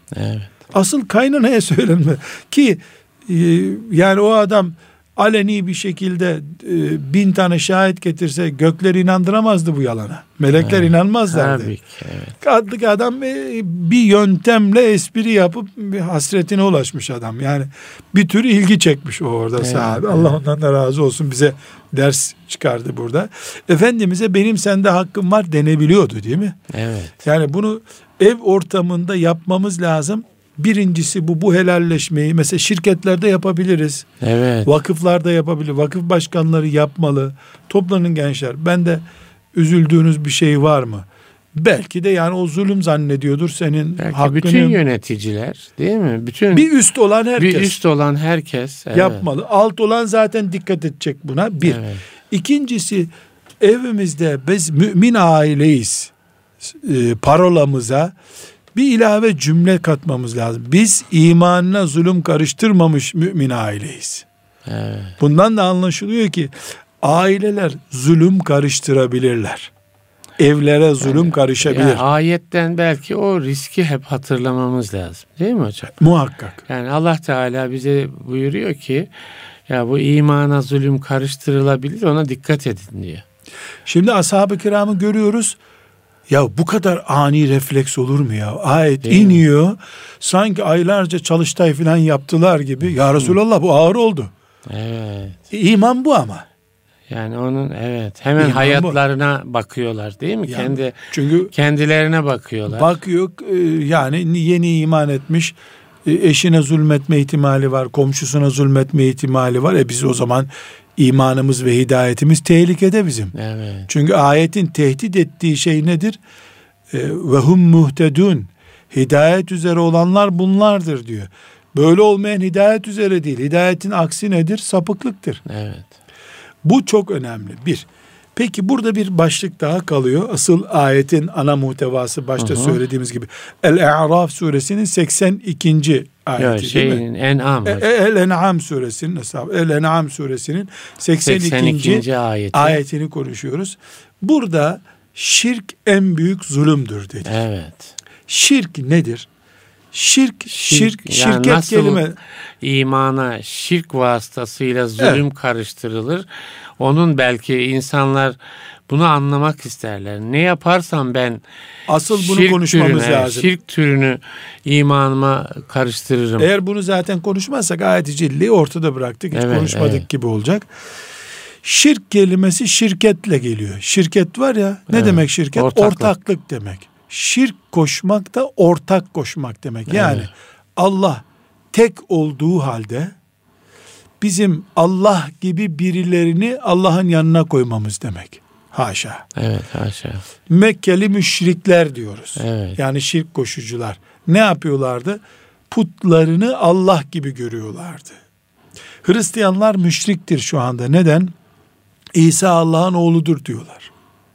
Evet. Asıl kaynanaya söylenme ki e, yani o adam aleni bir şekilde e, bin tane şahit getirse gökler inandıramazdı bu yalana. Melekler evet, inanmazlardı. Tabii ki, evet. Kadlık adam e, bir yöntemle espri yapıp bir hasretine ulaşmış adam. Yani bir tür ilgi çekmiş o orada evet, sahabe. Evet. Allah ondan da razı olsun, bize ders çıkardı burada. Efendimiz'e benim sende hakkım var denebiliyordu değil mi? Evet. Yani bunu ev ortamında yapmamız lazım. Birincisi bu, bu helalleşmeyi mesela şirketlerde yapabiliriz. Evet. Vakıflarda yapabilir. Vakıf başkanları yapmalı. Toplanın gençler. Ben de üzüldüğünüz bir şey var mı? Belki de yani o zulüm zannediyordur senin belki hakkını. Bütün yöneticiler değil mi? Bütün bir üst olan herkes. Bir üst olan herkes. Evet. Yapmalı. Alt olan zaten dikkat edecek buna. Bir. Evet. İkincisi evimizde biz mümin aileyiz. E, parolamıza bir ilave cümle katmamız lazım. Biz imanına zulüm karıştırmamış mümin aileyiz. Evet. Bundan da anlaşılıyor ki aileler zulüm karıştırabilirler. Evlere zulüm yani, karışabilir. Yani ayetten belki o riski hep hatırlamamız lazım. Değil mi hocam? Muhakkak. Yani Allah Teala bize buyuruyor ki ya bu imana zulüm karıştırılabilir, ona dikkat edin diyor. Şimdi ashab-ı kiramı görüyoruz. Ya bu kadar ani refleks olur mu ya? Ayet değil iniyor. Mi? Sanki aylarca çalıştay falan yaptılar gibi. Ya Resulallah bu ağır oldu. Evet. İman bu ama. Yani onun evet hemen İman hayatlarına bu. Bakıyorlar değil mi? Yani, Kendi çünkü kendilerine bakıyorlar. Bakıyor yani yeni iman etmiş, eşine zulmetme ihtimali var, komşusuna zulmetme ihtimali var. E biz o zaman İmanımız ve hidayetimiz tehlikede bizim. Evet. Çünkü ayetin tehdit ettiği şey nedir? Ve hum muhtedun. Hidayet üzere olanlar bunlardır diyor. Böyle olmayan hidayet üzere değil. Hidayetin aksi nedir? Sapıklıktır. Evet. Bu çok önemli. Bir. Peki burada bir başlık daha kalıyor. Asıl ayetin ana muhtevası başta Hı-hı. söylediğimiz gibi. El-A'raf suresinin seksen ikinci ayeti Yok, şeyin, değil mi? En'am. El-En'am suresinin El-En'am suresinin seksen ikinci ayeti. ayetini konuşuyoruz. Burada şirk en büyük zulümdür dedi. Evet. Şirk nedir? Şirk, şirk, şirk yani şirket nasıl kelime. İmana şirk vasıtasıyla zulüm evet. karıştırılır. Onun belki insanlar bunu anlamak isterler. Ne yaparsam ben asıl bunu konuşmamız türüne, lazım. Şirk türünü imanıma karıştırırım. Eğer bunu zaten konuşmazsak ayet-i celleyi ortada bıraktık. Hiç evet, konuşmadık evet. gibi olacak. Şirk kelimesi şirketle geliyor. Şirket var ya, ne evet. demek şirket? Ortaklık. Ortaklık demek. Şirk koşmak da ortak koşmak demek. Yani evet. Allah tek olduğu halde bizim Allah gibi birilerini Allah'ın yanına koymamız demek. Haşa. Evet, haşa. Mekkeli müşrikler diyoruz. Evet. Yani şirk koşucular. Ne yapıyorlardı? Putlarını Allah gibi görüyorlardı. Hristiyanlar müşriktir şu anda. Neden? İsa Allah'ın oğludur diyorlar.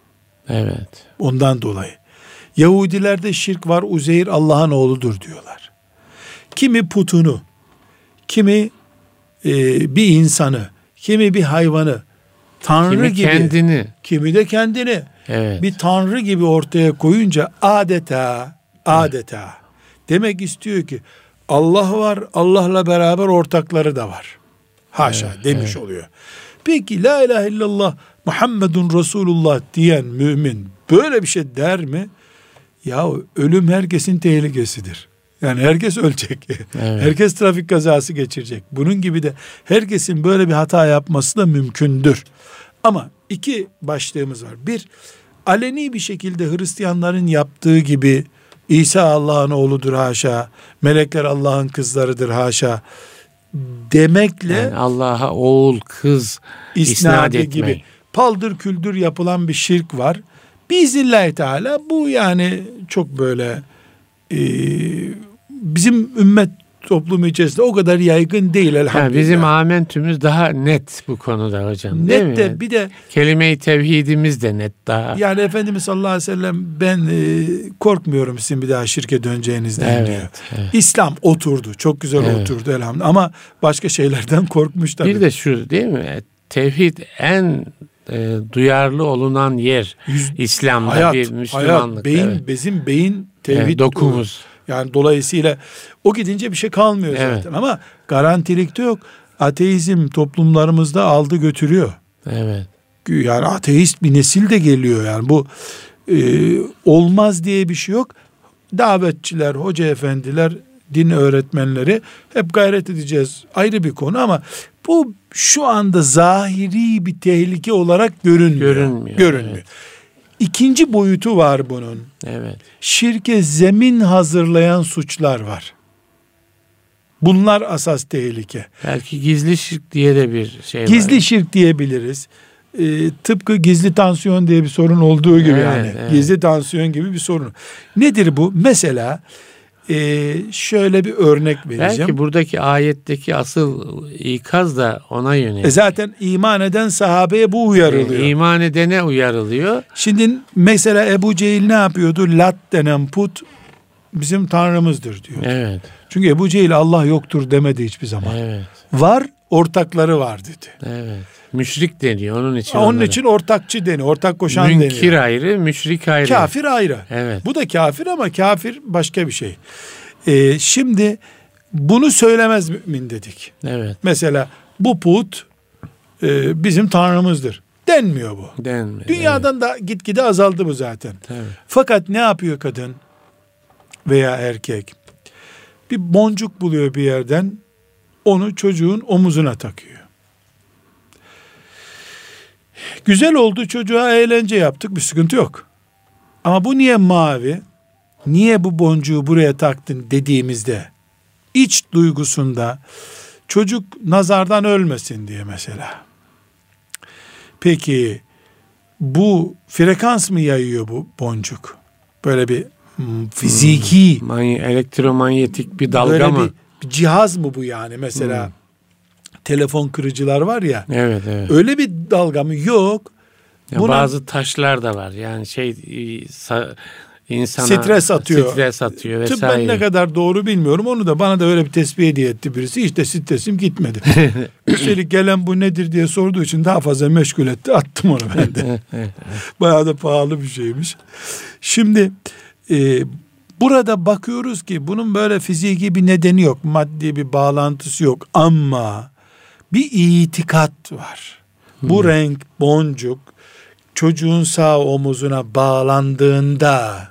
Evet. Ondan dolayı. Yahudilerde şirk var. Uzeyr Allah'ın oğludur diyorlar. Kimi putunu, kimi e, bir insanı, kimi bir hayvanı, Tanrı kimi gibi, kendini, kimi de kendini evet. bir Tanrı gibi ortaya koyunca adeta, adeta evet. demek istiyor ki Allah var, Allah'la beraber ortakları da var. Haşa evet, demiş evet. oluyor. Peki la ilahe illallah Muhammedun Resulullah diyen mümin böyle bir şey der mi? Ya ölüm herkesin tehlikesidir. Yani herkes ölecek. Evet. Herkes trafik kazası geçirecek. Bunun gibi de herkesin böyle bir hata yapması da mümkündür. Ama iki başlığımız var. Bir, aleni bir şekilde Hristiyanların yaptığı gibi İsa Allah'ın oğludur haşa, melekler Allah'ın kızlarıdır haşa demekle yani Allah'a oğul, kız isnat etmek gibi paldır küldür yapılan bir şirk var. Biiznillahü teala bu yani çok böyle e, bizim ümmet toplumu içerisinde o kadar yaygın değil elhamdülillah. Yani bizim amentümüz daha net bu konuda hocam. Net değil de mi? Bir de kelime-i tevhidimiz de net daha. Yani Efendimiz sallallahu aleyhi ve sellem ben e, korkmuyorum sizin bir daha şirke döneceğinizden evet, diyor. Evet. İslam oturdu. Çok güzel evet. oturdu elhamdülillah. Ama başka şeylerden korkmuş tabii. Bir de şu değil mi? Tevhid en e, duyarlı olunan yer. Yüz, İslam'da hayat, bir Müslümanlık. Hayat, beyin, evet. bizim beyin tevhid. Evet, dokumuz. Yani dolayısıyla o gidince bir şey kalmıyor Evet. zaten. Ama garantilikte yok. Ateizm toplumlarımızda aldı götürüyor. Evet. Yani ateist bir nesil de geliyor. Yani bu e, olmaz diye bir şey yok. Davetçiler, hoca efendiler, din öğretmenleri hep gayret edeceğiz. Ayrı bir konu ama bu şu anda zahiri bir tehlike olarak görünmüyor. Görünmüyor. Görünmüyor. Evet. İkinci boyutu var bunun. Evet. Şirke zemin hazırlayan suçlar var. Bunlar asas tehlike. Belki gizli şirk diye de bir şey Gizli var. Gizli şirk diyebiliriz. Ee, tıpkı gizli tansiyon diye bir sorun olduğu gibi, evet, yani evet. gizli tansiyon gibi bir sorun. Nedir bu? Mesela e, şöyle bir örnek vereceğim. Belki buradaki ayetteki asıl ikaz da ona yönelik. E zaten iman eden sahabeye bu uyarılıyor. E, iman edene uyarılıyor. Şimdi mesela Ebu Cehil ne yapıyordu? Lat denen put bizim tanrımızdır diyor. Evet. Çünkü Ebu Cehil Allah yoktur demedi hiçbir zaman. Evet. Var, ortakları var dedi. Evet. Müşrik deniyor onun için. Onun onlara. için ortakçı deniyor, ortak koşan Münkir deniyor. Münkir ayrı, müşrik ayrı. Kafir ayrı. Evet. Bu da kafir ama kafir başka bir şey. Ee, şimdi bunu söylemez mümin dedik. Evet. Mesela bu put e, bizim tanrımızdır denmiyor bu. Denmiyor. Dünyadan evet. da gitgide azaldı bu zaten. Tabii. Fakat ne yapıyor kadın veya erkek? Bir boncuk buluyor bir yerden, onu çocuğun omuzuna takıyor. Güzel oldu, çocuğa eğlence yaptık, bir sıkıntı yok. Ama bu niye mavi? Niye bu boncuğu buraya taktın dediğimizde iç duygusunda çocuk nazardan ölmesin diye mesela. Peki bu frekans mı yayıyor bu boncuk? Böyle bir fiziki, hmm, elektromanyetik bir dalga böyle mı? Bir, bir cihaz mı bu yani? Mesela hmm. telefon kırıcılar var ya. Evet, evet. Öyle bir dalga mı? Yok. Ya Buna, bazı taşlar da var. Yani şey sa, insana stres atıyor. Stres atıyor vesaire. Tıbben ne kadar doğru bilmiyorum. Onu da bana da öyle bir tespih hediye etti birisi. Hiç de stresim gitmedi. Üstelik gelen bu nedir diye sorduğu için daha fazla meşgul etti. Attım onu ben de. Bayağı da pahalı bir şeymiş. Şimdi e, burada bakıyoruz ki bunun böyle fiziki bir nedeni yok. Maddi bir bağlantısı yok. Ama bir itikat var. Hmm. Bu renk, boncuk çocuğun sağ omuzuna bağlandığında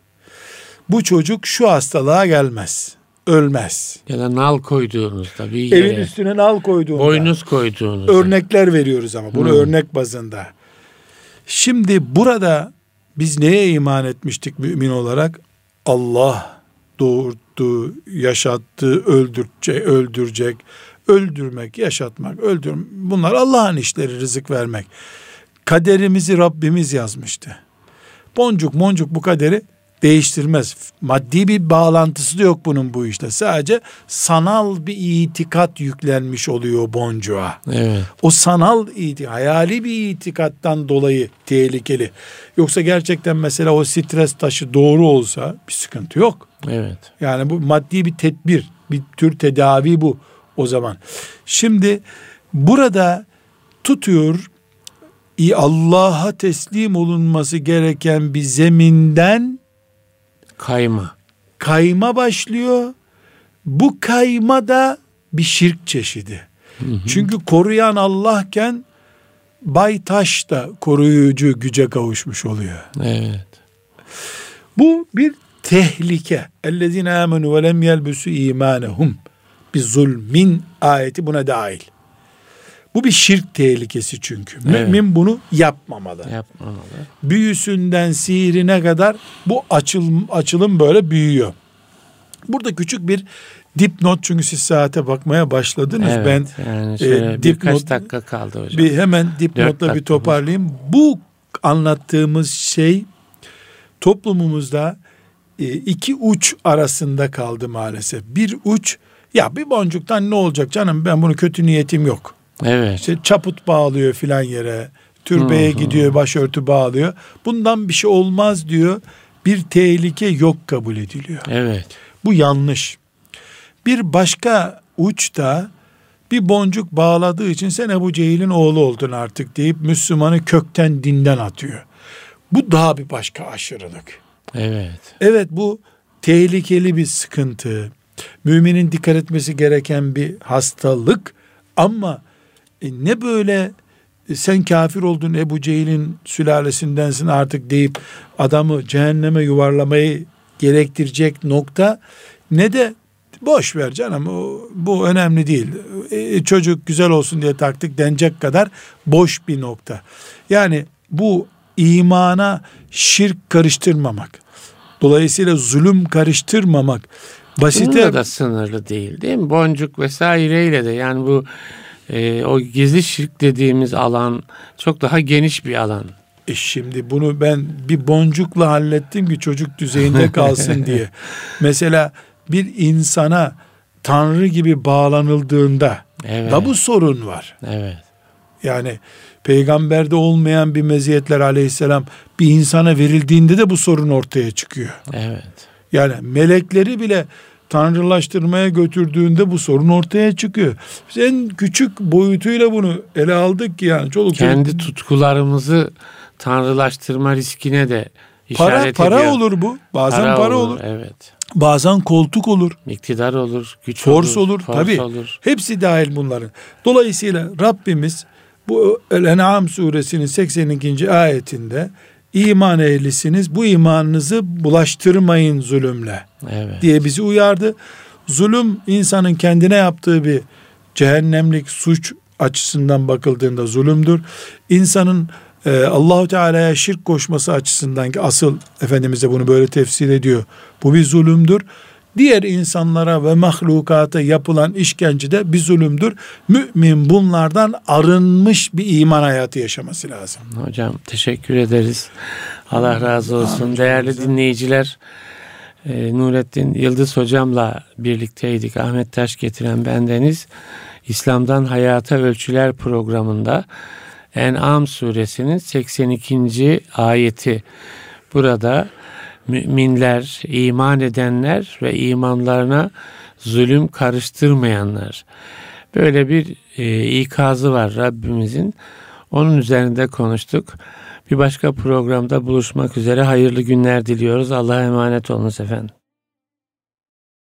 bu çocuk şu hastalığa gelmez. Ölmez. Ya da nal koyduğunuzda. Bir Evin yere, üstüne nal koyduğunda. Boynuz koyduğunuzda. Örnekler veriyoruz ama. Bunu hmm. örnek bazında. Şimdi burada biz neye iman etmiştik mümin olarak? Allah doğurttu, yaşattı, öldürecek, öldürecek, öldürmek, yaşatmak, öldürmek. Bunlar Allah'ın işleri, rızık vermek. Kaderimizi Rabbimiz yazmıştı. Boncuk moncuk bu kaderi değiştirmez. Maddi bir bağlantısı da yok bunun bu işte. Sadece sanal bir itikat yüklenmiş oluyor boncuğa. Evet. O sanal itikat, hayali bir itikattan dolayı tehlikeli. Yoksa gerçekten mesela o stres taşı doğru olsa bir sıkıntı yok. Evet. Yani bu maddi bir tedbir, bir tür tedavi bu o zaman. Şimdi burada tutuyor, Allah'a teslim olunması gereken bir zeminden kayma. Kayma başlıyor. Bu kayma da bir şirk çeşidi. Hı hı. Çünkü koruyan Allah'ken Baytaş da koruyucu güce kavuşmuş oluyor. Evet. Bu bir tehlike. Ellezine amenu ve lem yelbesu imanehum bi zulmin ayeti buna dahil. Bu bir şirk tehlikesi çünkü. Evet. Mümin bunu yapmamalı. Yapmamalı. Büyüsünden sihirine kadar bu açılım, açılım böyle büyüyor. Burada küçük bir dipnot, çünkü siz saate bakmaya başladınız. Evet, ben yani şöyle e, dipnot, birkaç dakika kaldı hocam. Bir hemen dipnotla bir toparlayayım. Bu anlattığımız şey toplumumuzda e, iki uç arasında kaldı maalesef. Bir uç, ya bir boncuktan ne olacak canım, ben bunu kötü niyetim yok. Evet. İşte çaput bağlıyor filan yere, türbeye hmm. gidiyor, başörtü bağlıyor. Bundan bir şey olmaz diyor. Bir tehlike yok kabul ediliyor. Evet. Bu yanlış. Bir başka uçta bir boncuk bağladığı için sen Ebu Cehil'in oğlu oldun artık deyip Müslümanı kökten dinden atıyor. Bu daha bir başka aşırılık. Evet. Evet, bu tehlikeli bir sıkıntı, müminin dikkat etmesi gereken bir hastalık. Ama e, ne böyle e, sen kafir oldun, Ebu Cehil'in sülalesindensin artık deyip adamı cehenneme yuvarlamayı gerektirecek nokta, ne de boş ver canım o, bu önemli değil, e, çocuk güzel olsun diye taktık denecek kadar boş bir nokta. Yani bu imana şirk karıştırmamak, dolayısıyla zulüm karıştırmamak, basite... Bununla da sınırlı değil değil mi? Boncuk vesaireyle de, yani bu e, o gizli şirk dediğimiz alan çok daha geniş bir alan. E şimdi bunu ben bir boncukla hallettim ki çocuk düzeyinde kalsın diye. Mesela bir insana Tanrı gibi bağlanıldığında evet. da bu sorun var. Evet. Yani peygamberde olmayan bir meziyetler aleyhisselam bir insana verildiğinde de bu sorun ortaya çıkıyor. Evet. Yani melekleri bile tanrılaştırmaya götürdüğünde bu sorun ortaya çıkıyor. Biz en küçük boyutuyla bunu ele aldık ki yani çoluk kendi çocuk... tutkularımızı tanrılaştırma riskine de işaret para, ediyor. Para olur bu. Bazen para, para olur. Evet. Bazen koltuk olur. İktidar olur. Güç force olur. olur. Force tabii. Olur. Hepsi dahil bunların. Dolayısıyla Rabbimiz bu El-En'am suresinin seksen ikinci ayetinde iman ehlisiniz, bu imanınızı bulaştırmayın zulümle evet. diye bizi uyardı. Zulüm insanın kendine yaptığı bir cehennemlik suç açısından bakıldığında zulümdür. İnsanın e, Allah-u Teala'ya şirk koşması açısından ki asıl Efendimiz de bunu böyle tefsir ediyor. Bu bir zulümdür. Diğer insanlara ve mahlukata yapılan işkence de bir zulümdür. Mümin bunlardan arınmış bir iman hayatı yaşaması lazım. Hocam teşekkür ederiz. Allah razı olsun. Değerli dinleyiciler, e, Nurettin Yıldız hocamla birlikteydik. Ahmet Taş getiren bendeniz. İslam'dan Hayata Ölçüler programında En'am suresinin seksen ikinci ayeti. Burada müminler, iman edenler ve imanlarına zulüm karıştırmayanlar. Böyle bir e, ikazı var Rabbimizin. Onun üzerinde konuştuk. Bir başka programda buluşmak üzere hayırlı günler diliyoruz. Allah'a emanet olunuz efendim.